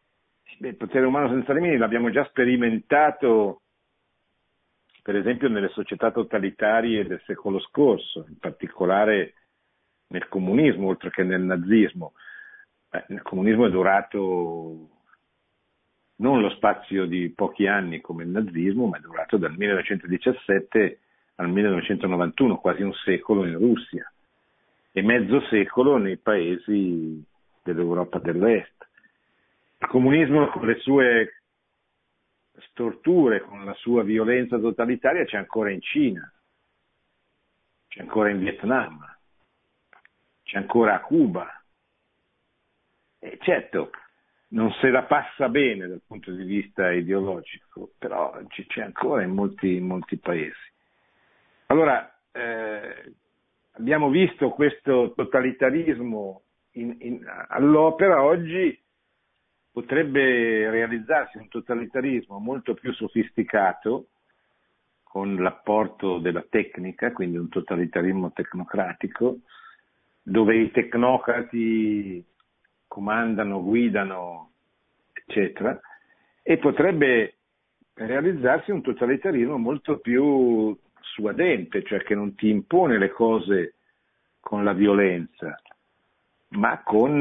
Il potere umano senza limiti l'abbiamo già sperimentato, per esempio, nelle società totalitarie del secolo scorso, in particolare nel comunismo, oltre che nel nazismo. Il comunismo è durato non lo spazio di pochi anni come il nazismo, ma è durato dal 1917 al 1991, quasi un secolo in Russia e mezzo secolo nei paesi dell'Europa dell'Est. Il comunismo, con le sue storture, con la sua violenza totalitaria, c'è ancora in Cina, c'è ancora in Vietnam, c'è ancora a Cuba. E certo, non se la passa bene dal punto di vista ideologico, però c'è ancora in molti paesi. Allora, abbiamo visto questo totalitarismo all'opera. Oggi potrebbe realizzarsi un totalitarismo molto più sofisticato, con l'apporto della tecnica, quindi un totalitarismo tecnocratico, dove i tecnocrati comandano, guidano, eccetera, e potrebbe realizzarsi un totalitarismo molto più suadente, cioè che non ti impone le cose con la violenza, ma con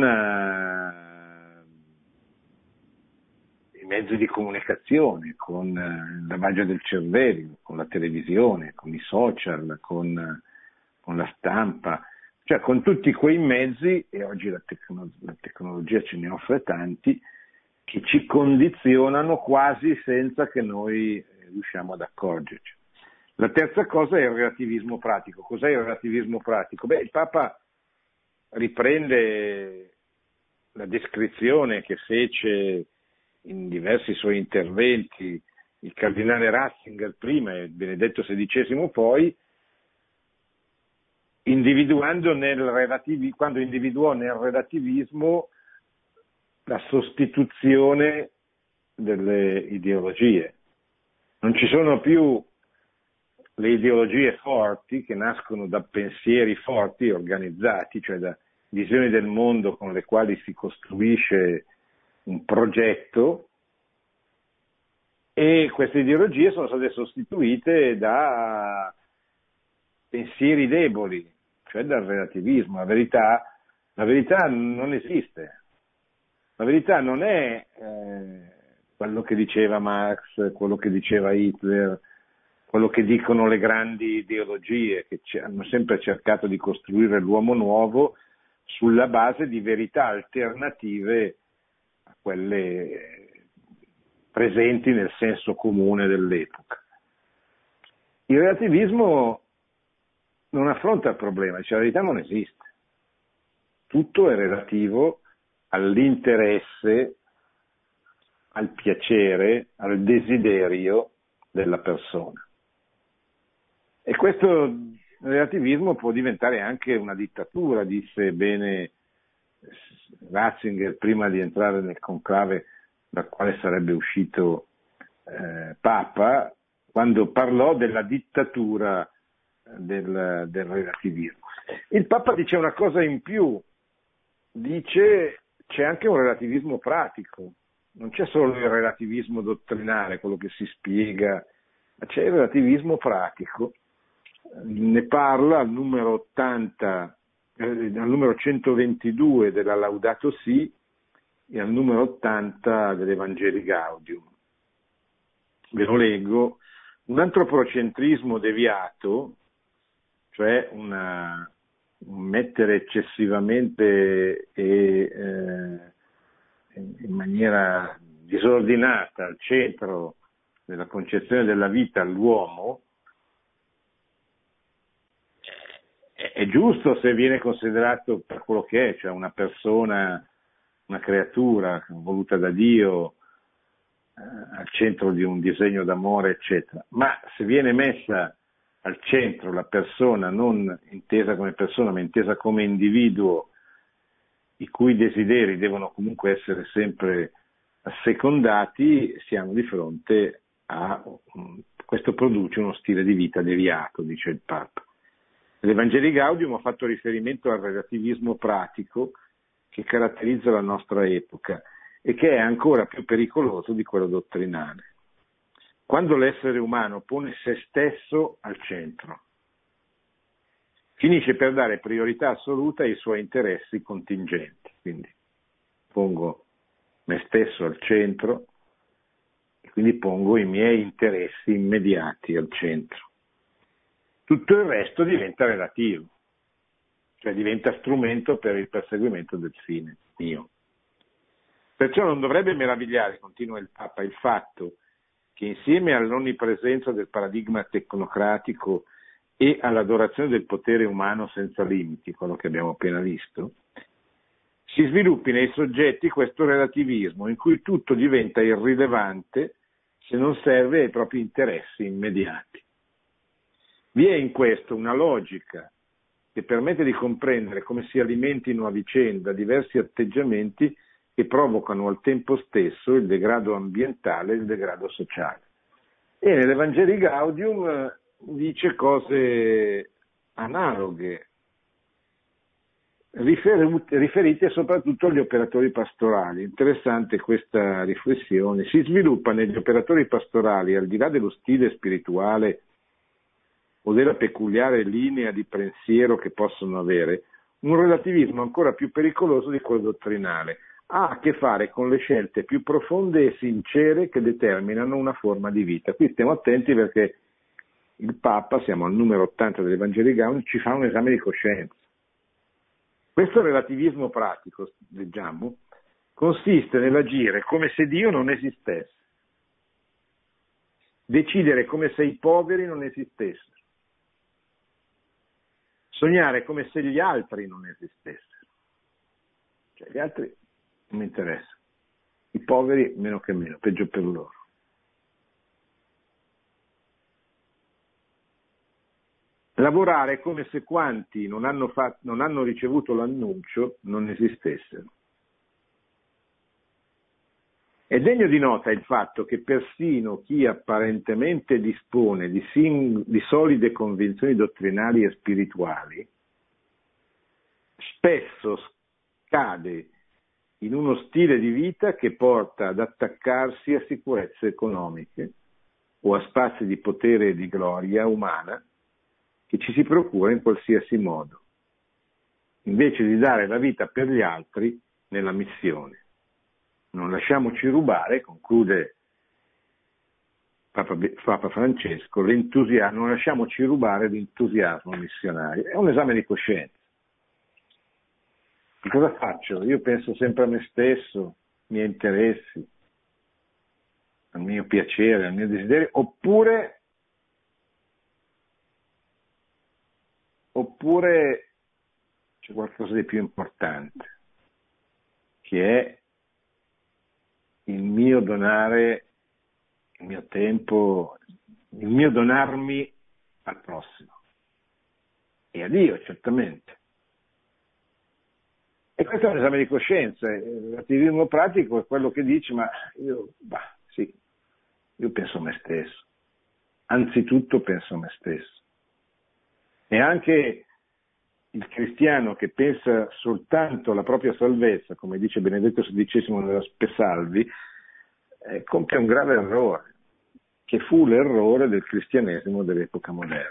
i mezzi di comunicazione, con il lavaggio del cervello, con la televisione, con i social, con la stampa, cioè con tutti quei mezzi, e oggi la tecnologia ce ne offre tanti, che ci condizionano quasi senza che noi riusciamo ad accorgerci. La terza cosa è il relativismo pratico. Cos'è il relativismo pratico? Il Papa riprende la descrizione che fece in diversi suoi interventi il cardinale Ratzinger prima e Benedetto XVI poi, quando individuò nel relativismo la sostituzione delle ideologie. Non ci sono più le ideologie forti che nascono da pensieri forti, organizzati, cioè da visioni del mondo con le quali si costruisce un progetto, e queste ideologie sono state sostituite da pensieri deboli, cioè dal relativismo. La verità non esiste. La verità non è quello che diceva Marx, quello che diceva Hitler, quello che dicono le grandi ideologie che hanno sempre cercato di costruire l'uomo nuovo sulla base di verità alternative a quelle presenti nel senso comune dell'epoca. Il relativismo non affronta il problema, dice la verità non esiste. Tutto è relativo all'interesse, al piacere, al desiderio della persona. E questo relativismo può diventare anche una dittatura, disse bene Ratzinger prima di entrare nel conclave dal quale sarebbe uscito Papa, quando parlò della dittatura del relativismo. Il Papa dice una cosa in più, dice c'è anche un relativismo pratico, non c'è solo il relativismo dottrinale, quello che si spiega, ma c'è il relativismo pratico. Ne parla al numero 80, al numero 122 della Laudato Si e al numero 80 dell'Evangelii Gaudium. Ve lo leggo: un antropocentrismo deviato, cioè un mettere eccessivamente e in maniera disordinata al centro della concezione della vita l'uomo, è giusto se viene considerato per quello che è, cioè una persona, una creatura voluta da Dio al centro di un disegno d'amore, eccetera. Ma se viene messa al centro la persona, non intesa come persona, ma intesa come individuo, i cui desideri devono comunque essere sempre assecondati, siamo di fronte a questo produce uno stile di vita deviato, dice il Papa. Nell'Evangelii Gaudium ho fatto riferimento al relativismo pratico che caratterizza la nostra epoca, e che è ancora più pericoloso di quello dottrinale. Quando l'essere umano pone se stesso al centro, finisce per dare priorità assoluta ai suoi interessi contingenti. Quindi pongo me stesso al centro e quindi pongo i miei interessi immediati al centro. Tutto il resto diventa relativo, cioè diventa strumento per il perseguimento del fine mio. Perciò non dovrebbe meravigliare, continua il Papa, il fatto che insieme all'onnipresenza del paradigma tecnocratico e all'adorazione del potere umano senza limiti, quello che abbiamo appena visto, si sviluppi nei soggetti questo relativismo in cui tutto diventa irrilevante se non serve ai propri interessi immediati. Vi è in questo una logica che permette di comprendere come si alimentino a vicenda diversi atteggiamenti che provocano al tempo stesso il degrado ambientale e il degrado sociale. E nell'Evangelii Gaudium dice cose analoghe, riferite soprattutto agli operatori pastorali. Interessante questa riflessione. Si sviluppa negli operatori pastorali, al di là dello stile spirituale o della peculiare linea di pensiero che possono avere, un relativismo ancora più pericoloso di quello dottrinale. Ha a che fare con le scelte più profonde e sincere che determinano una forma di vita. Qui stiamo attenti perché il Papa, siamo al numero 80 dell'Evangelii Gaudium, ci fa un esame di coscienza. Questo relativismo pratico, leggiamo, consiste nell'agire come se Dio non esistesse, decidere come se i poveri non esistessero, sognare come se gli altri non esistessero. Cioè gli altri non mi interessano, i poveri meno che meno, peggio per loro. Lavorare come se quanti non hanno ricevuto l'annuncio non esistessero. È degno di nota il fatto che persino chi apparentemente dispone di solide convinzioni dottrinali e spirituali spesso scade in uno stile di vita che porta ad attaccarsi a sicurezze economiche o a spazi di potere e di gloria umana che ci si procura in qualsiasi modo, invece di dare la vita per gli altri nella missione. Non lasciamoci rubare, conclude Papa Francesco, non lasciamoci rubare l'entusiasmo missionario. È un esame di coscienza. Che cosa faccio? Io penso sempre a me stesso, ai miei interessi, al mio piacere, al mio desiderio, oppure c'è qualcosa di più importante, che è il mio donare il mio tempo, il mio donarmi al prossimo e a Dio, certamente. E questo è un esame di coscienza. L'attivismo pratico è quello che dice, ma io penso a me stesso, anzitutto penso a me stesso. E anche il cristiano che pensa soltanto alla propria salvezza, come dice Benedetto XVI nella Spesalvi, compie un grave errore, che fu l'errore del cristianesimo dell'epoca moderna.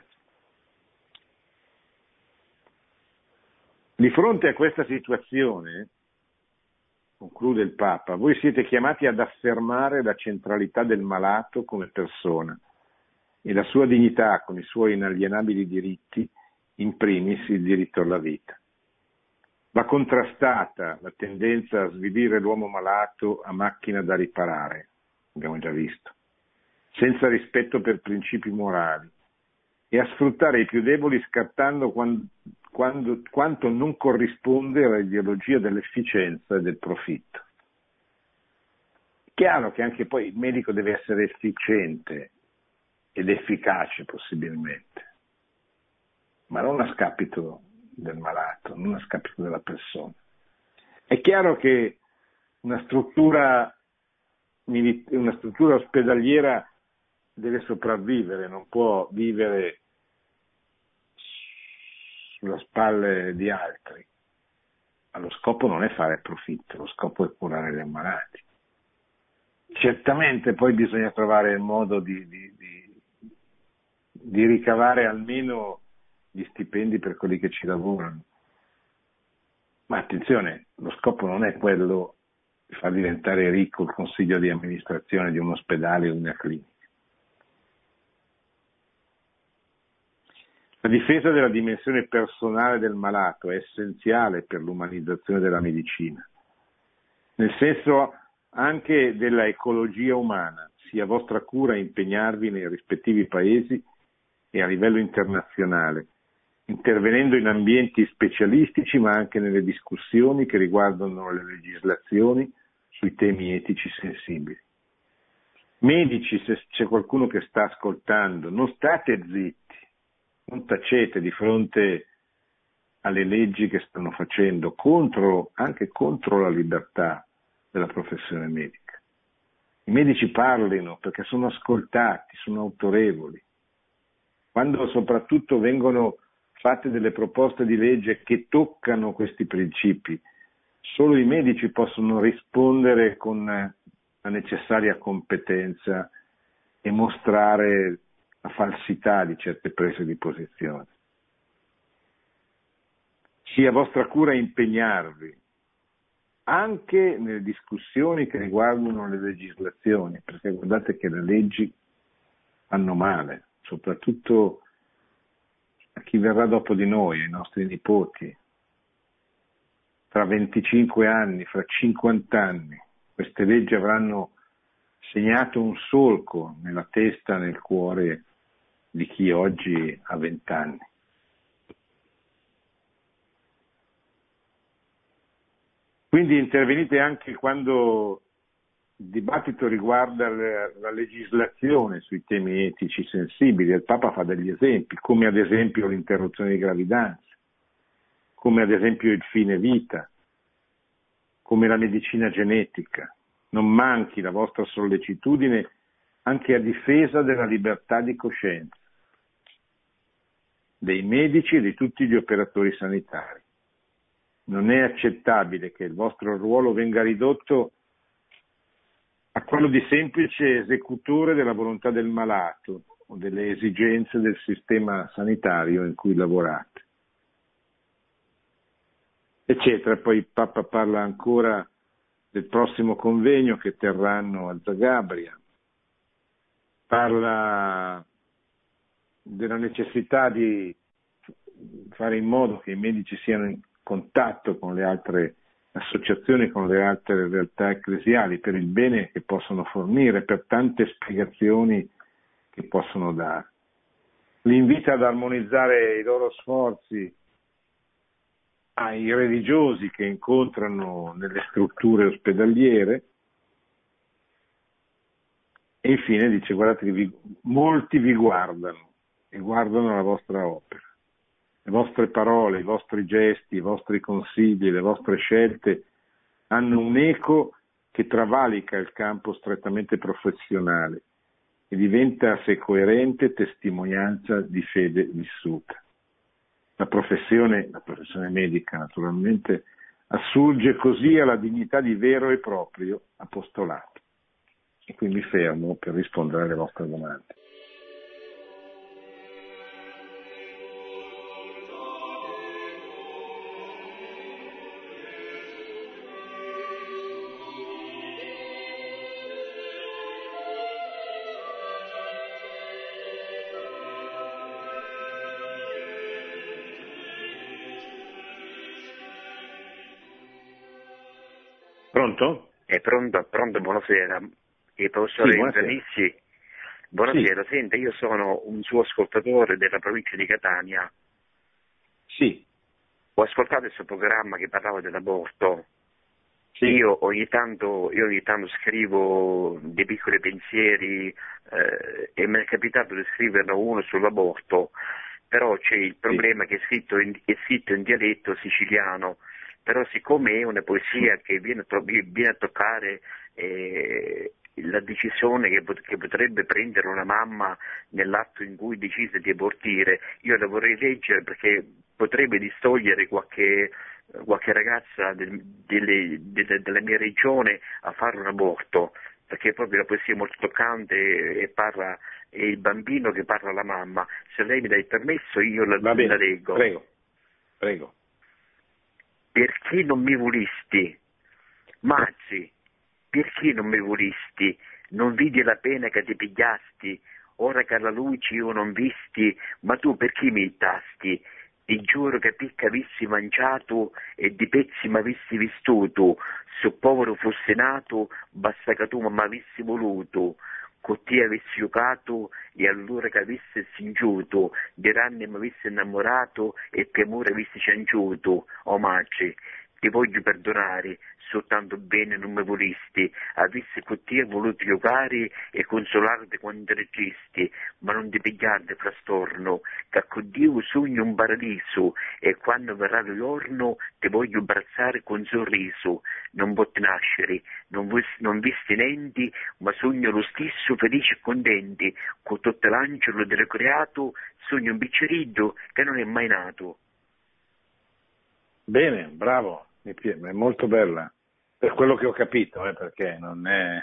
Di fronte a questa situazione, conclude il Papa, voi siete chiamati ad affermare la centralità del malato come persona e la sua dignità con i suoi inalienabili diritti, in primis il diritto alla vita. Va contrastata la tendenza a svilire l'uomo malato a macchina da riparare, abbiamo già visto, senza rispetto per principi morali, e a sfruttare i più deboli scattando quanto non corrisponde all'ideologia dell'efficienza e del profitto. È chiaro che anche poi il medico deve essere efficiente ed efficace possibilmente, ma non a scapito del malato, non a scapito della persona. È chiaro che una struttura ospedaliera deve sopravvivere, non può vivere sulle spalle di altri, ma lo scopo non è fare profitto, lo scopo è curare gli ammalati. Certamente poi bisogna trovare il modo di ricavare almeno gli stipendi per quelli che ci lavorano. Ma attenzione, lo scopo non è quello di far diventare ricco il consiglio di amministrazione di un ospedale o di una clinica. La difesa della dimensione personale del malato è essenziale per l'umanizzazione della medicina, nel senso anche della ecologia umana, sia vostra cura impegnarvi nei rispettivi paesi e a livello internazionale, intervenendo in ambienti specialistici ma anche nelle discussioni che riguardano le legislazioni sui temi etici sensibili. Medici, se c'è qualcuno che sta ascoltando, non state zitti, non tacete di fronte alle leggi che stanno facendo anche contro la libertà della professione medica. I medici parlino perché sono ascoltati, sono autorevoli. Quando soprattutto vengono fatte delle proposte di legge che toccano questi principi, solo i medici possono rispondere con la necessaria competenza e mostrare la falsità di certe prese di posizione. Sia vostra cura impegnarvi anche nelle discussioni che riguardano le legislazioni, perché guardate che le leggi fanno male, soprattutto a chi verrà dopo di noi, ai nostri nipoti. Tra 25 anni, fra 50 anni, queste leggi avranno segnato un solco nella testa, nel cuore di chi oggi ha 20 anni. Quindi intervenite anche quando il dibattito riguarda la legislazione sui temi etici sensibili. Il Papa fa degli esempi, come ad esempio l'interruzione di gravidanza, come ad esempio il fine vita, come la medicina genetica. Non manchi la vostra sollecitudine anche a difesa della libertà di coscienza dei medici e di tutti gli operatori sanitari. Non è accettabile che il vostro ruolo venga ridotto a quello di semplice esecutore della volontà del malato o delle esigenze del sistema sanitario in cui lavorate. Eccetera. Poi il Papa parla ancora del prossimo convegno che terranno a Zagabria, parla della necessità di fare in modo che i medici siano in contatto con le altre associazioni, con le altre realtà ecclesiali, per il bene che possono fornire, per tante spiegazioni che possono dare. Li invita ad armonizzare i loro sforzi ai religiosi che incontrano nelle strutture ospedaliere e infine dice: guardate che molti vi guardano e guardano la vostra opera. Le vostre parole, i vostri gesti, i vostri consigli, le vostre scelte hanno un eco che travalica il campo strettamente professionale e diventa, se coerente, testimonianza di fede vissuta. La professione medica naturalmente, assurge così alla dignità di vero e proprio apostolato. E qui mi fermo per rispondere alle vostre domande. Pronto? È pronto, buonasera. Il professore Invernissi. Buonasera, sì. Senta, io sono un suo ascoltatore della provincia di Catania. Sì. Ho ascoltato il suo programma che parlava dell'aborto. Sì. Io ogni tanto scrivo dei piccoli pensieri e mi è capitato di scriverne uno sull'aborto, però c'è il problema che è scritto in dialetto siciliano. Però siccome è una poesia che viene a toccare la decisione che potrebbe prendere una mamma nell'atto in cui decide di abortire, io la vorrei leggere perché potrebbe distogliere qualche ragazza della mia regione a fare un aborto. perché proprio la poesia è molto toccante e parla, è il bambino che parla alla mamma. Se lei mi dà il permesso io la leggo. Prego. Perché non mi volisti? Mazzi, perché non mi volisti? Non vidi la pena che ti pigliasti, ora che alla luce io non visti, ma tu perché mi ittasti? Ti giuro che picca avessi mangiato e di pezzi m'avessi vistuto, se povero fossi nato, basta che tu m'avessi voluto, con te avessi giocato e allora che avessi singiuto, di ranni m'avessi innamorato e che amore avessi cianciuto, o madre. Ti voglio perdonare, soltanto bene non mi volisti, avessi con te voluto giocare e consolarti quando eri tristi, ma non ti pigliarti fra storno, che con Dio sogno un paradiso e quando verrà il giorno ti voglio abbracciare con sorriso, non potti nascere, non visti niente, ma sogno lo stesso felice e contenti, con tutto l'angelo del creato, sogno un biccerino che non è mai nato. Bene, bravo, è molto bella, per quello che ho capito, perché non è,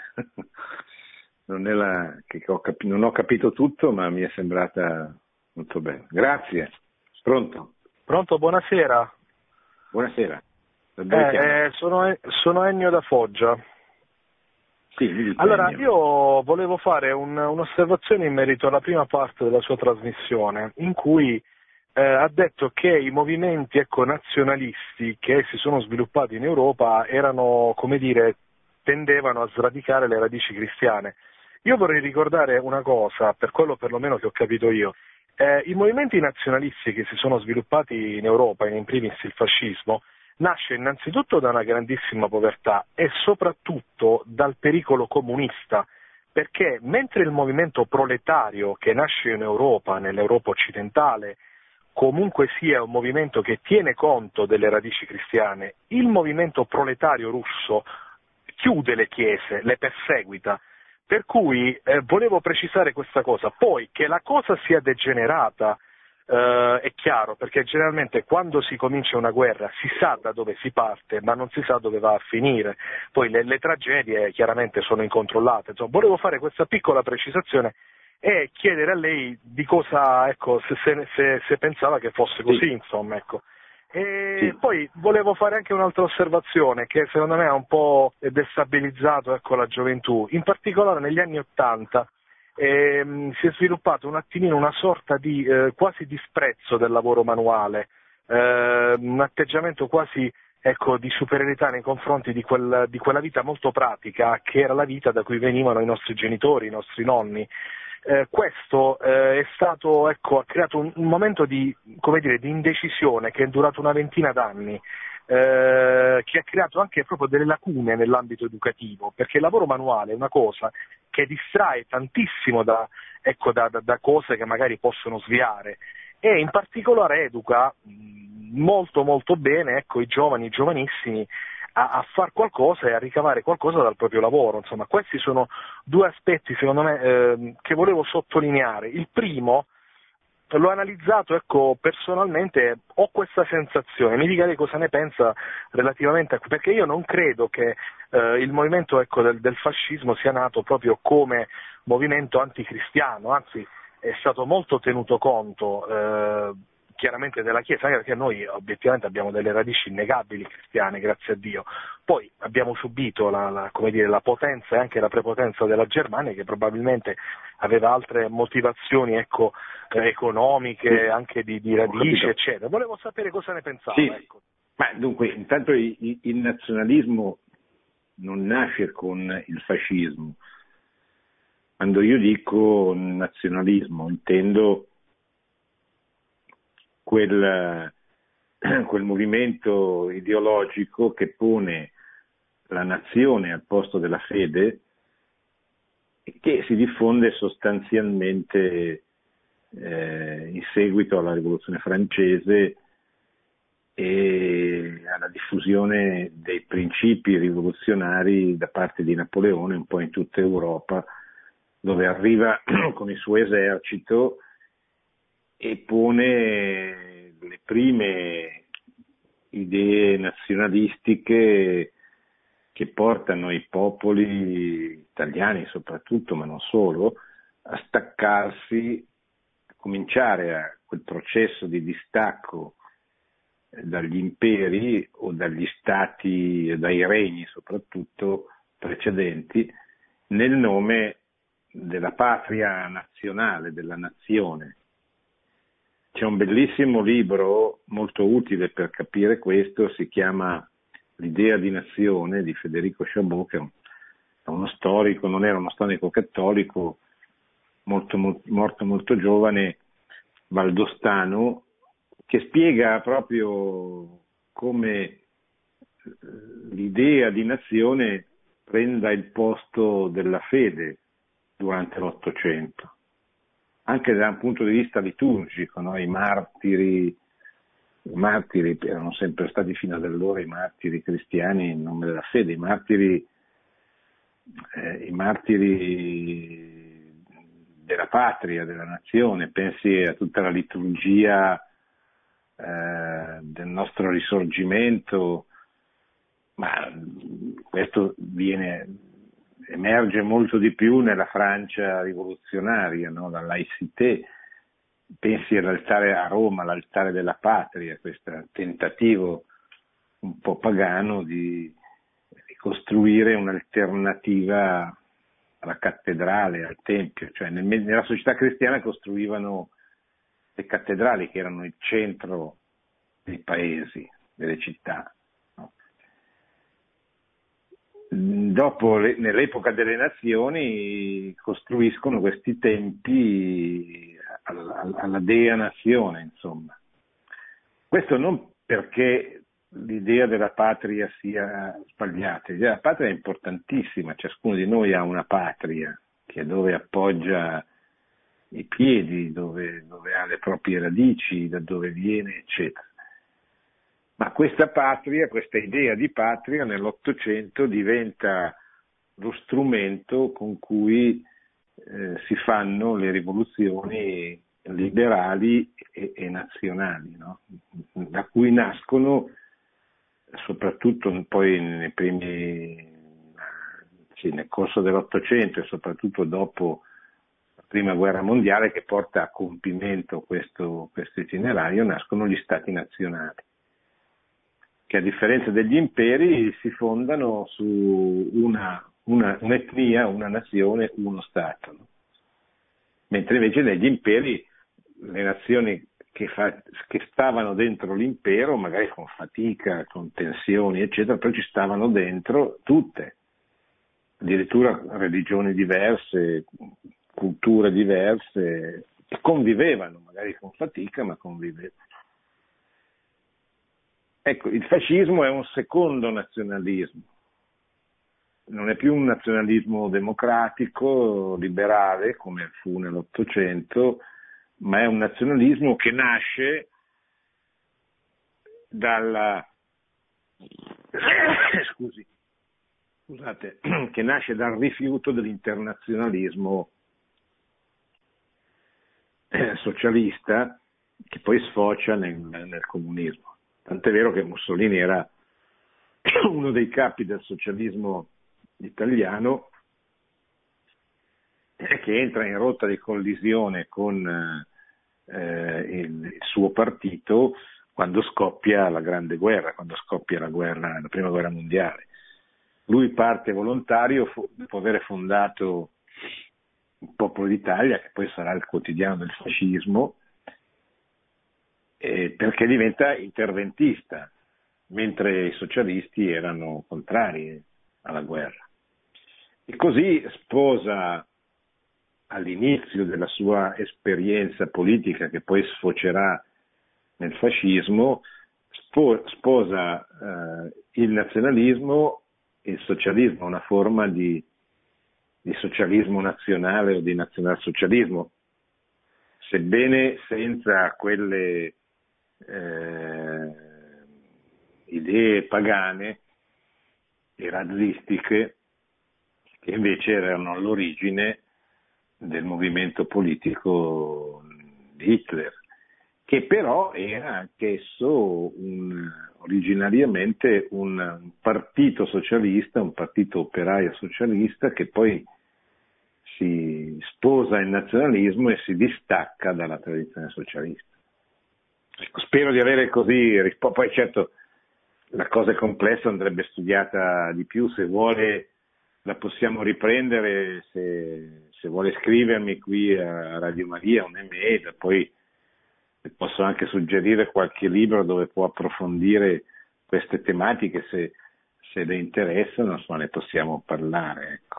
non ho capito tutto, ma mi è sembrata molto bella. Grazie. Pronto, buonasera. Buonasera. Da dove chiama? Sono Ennio da Foggia. Sì, mi dica, allora, Ennio. io volevo fare un'osservazione in merito alla prima parte della sua trasmissione, in cui ha detto che i movimenti nazionalisti che si sono sviluppati in Europa erano, tendevano a sradicare le radici cristiane. Io vorrei ricordare una cosa, per quello perlomeno che ho capito io. I movimenti nazionalisti che si sono sviluppati in Europa, in primis il fascismo, nasce innanzitutto da una grandissima povertà e soprattutto dal pericolo comunista, perché mentre il movimento proletario che nasce in Europa, nell'Europa occidentale, comunque sia un movimento che tiene conto delle radici cristiane, il movimento proletario russo chiude le chiese, le perseguita, per cui volevo precisare questa cosa. Poi che la cosa sia degenerata è chiaro, perché generalmente quando si comincia una guerra si sa da dove si parte, ma non si sa dove va a finire. Poi le tragedie chiaramente sono incontrollate. Insomma, volevo fare questa piccola precisazione e chiedere a lei di cosa, se pensava che fosse così, insomma, ecco. E poi volevo fare anche un'altra osservazione che secondo me ha un po' destabilizzato la gioventù, in particolare negli anni '80 si è sviluppato un attimino una sorta di quasi disprezzo del lavoro manuale, un atteggiamento quasi di superiorità nei confronti di quella vita molto pratica che era la vita da cui venivano i nostri genitori, i nostri nonni. Questo è stato, ha creato un momento di indecisione che è durato una ventina d'anni, che ha creato anche proprio delle lacune nell'ambito educativo, perché il lavoro manuale è una cosa che distrae tantissimo da cose che magari possono sviare e in particolare educa molto molto bene i giovani, i giovanissimi a far qualcosa e a ricavare qualcosa dal proprio lavoro. Insomma, questi sono due aspetti, secondo me, che volevo sottolineare. Il primo, l'ho analizzato, personalmente, ho questa sensazione, mi dica lei cosa ne pensa relativamente perché io non credo che il movimento del fascismo sia nato proprio come movimento anticristiano, anzi è stato molto tenuto conto chiaramente della Chiesa, anche perché noi obiettivamente abbiamo delle radici innegabili cristiane, grazie a Dio. Poi abbiamo subito la potenza e anche la prepotenza della Germania, che probabilmente aveva altre motivazioni economiche, anche di radici, eccetera. Volevo sapere cosa ne pensava. Sì. Ma dunque, intanto il nazionalismo non nasce con il fascismo. Quando io dico nazionalismo intendo quel movimento ideologico che pone la nazione al posto della fede e che si diffonde sostanzialmente in seguito alla Rivoluzione francese e alla diffusione dei principi rivoluzionari da parte di Napoleone un po' in tutta Europa, dove arriva con il suo esercito e pone le prime idee nazionalistiche che portano i popoli italiani soprattutto, ma non solo, a staccarsi, a cominciare a quel processo di distacco dagli imperi o dagli stati, dai regni soprattutto precedenti, nel nome della patria nazionale, della nazione. C'è un bellissimo libro molto utile per capire questo, si chiama L'idea di nazione di Federico Chabot, che è uno storico, non era uno storico cattolico, morto molto giovane, valdostano, che spiega proprio come l'idea di nazione prenda il posto della fede durante l'Ottocento, anche da un punto di vista liturgico, no? I martiri erano sempre stati fino ad allora i martiri cristiani in nome della fede, i martiri della patria, della nazione. Pensi a tutta la liturgia del nostro risorgimento, ma questo emerge molto di più nella Francia rivoluzionaria, no? La laïcité. Pensi all'altare a Roma, l'altare della patria, questo tentativo un po' pagano di costruire un'alternativa alla cattedrale, al tempio, cioè nella società cristiana costruivano le cattedrali che erano il centro dei paesi, delle città. No? Dopo, nell'epoca delle nazioni, costruiscono questi tempi alla dea nazione, insomma. Questo non perché l'idea della patria sia sbagliata, l'idea della patria è importantissima, ciascuno di noi ha una patria, che è dove appoggia i piedi, dove ha le proprie radici, da dove viene, eccetera. Ma questa patria, questa idea di patria nell'Ottocento diventa lo strumento con cui si fanno le rivoluzioni liberali e nazionali, no? Da cui nascono, soprattutto poi nel corso dell'Ottocento e soprattutto dopo la Prima Guerra Mondiale, che porta a compimento questo itinerario, nascono gli stati nazionali, che a differenza degli imperi si fondano su un'etnia, una nazione, uno Stato, no? Mentre invece negli imperi le nazioni che stavano dentro l'impero, magari con fatica, con tensioni, eccetera, però ci stavano dentro tutte, addirittura religioni diverse, culture diverse, e convivevano, magari con fatica, ma convivevano. Ecco, il fascismo è un secondo nazionalismo. Non è più un nazionalismo democratico, liberale, come fu nell'Ottocento, ma è un nazionalismo che nasce che nasce dal rifiuto dell'internazionalismo socialista, che poi sfocia nel comunismo. Tant'è vero che Mussolini era uno dei capi del socialismo italiano, che entra in rotta di collisione con il suo partito quando scoppia la Grande Guerra, quando scoppia la Prima Guerra Mondiale. Lui parte volontario dopo aver fondato il Popolo d'Italia, che poi sarà il quotidiano del fascismo, perché diventa interventista, mentre i socialisti erano contrari alla guerra. E così sposa, all'inizio della sua esperienza politica, che poi sfocerà nel fascismo, sposa il nazionalismo e il socialismo, una forma di socialismo nazionale o di nazionalsocialismo, sebbene senza quelle idee pagane e razzistiche che invece erano all'origine del movimento politico di Hitler, che però era anch'esso originariamente un partito socialista, un partito operaio socialista che poi si sposa il nazionalismo e si distacca dalla tradizione socialista. Ecco, spero di avere così risposto. Poi certo la cosa è complessa, andrebbe studiata di più, se vuole la possiamo riprendere, se vuole scrivermi qui a Radio Maria un'email, poi posso anche suggerire qualche libro dove può approfondire queste tematiche, se le interessano, insomma, ne possiamo parlare. Ecco.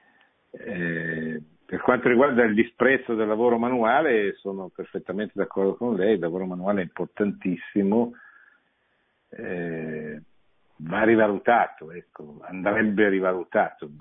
Per quanto riguarda il disprezzo del lavoro manuale, sono perfettamente d'accordo con lei, il lavoro manuale è importantissimo, va rivalutato, ecco, andrebbe rivalutato.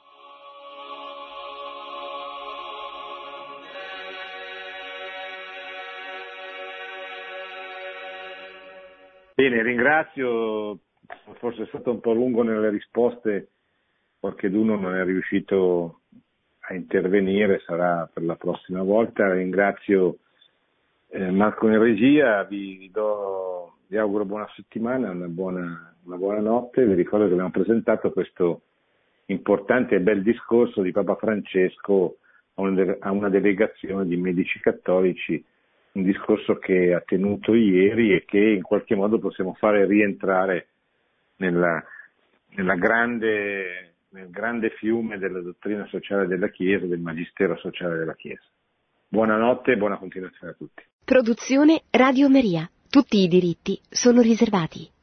Bene, ringrazio, forse è stato un po' lungo nelle risposte, qualcheduno non è riuscito a intervenire, sarà per la prossima volta. Ringrazio Marco in regia, vi auguro buona settimana, una buona notte. Vi ricordo che abbiamo presentato questo importante e bel discorso di Papa Francesco a una delegazione di medici cattolici, un discorso che ha tenuto ieri e che in qualche modo possiamo fare rientrare nel grande fiume della dottrina sociale della Chiesa, del magistero sociale della Chiesa. Buonanotte e buona continuazione a tutti. Produzione Radio Maria. Tutti i diritti sono riservati.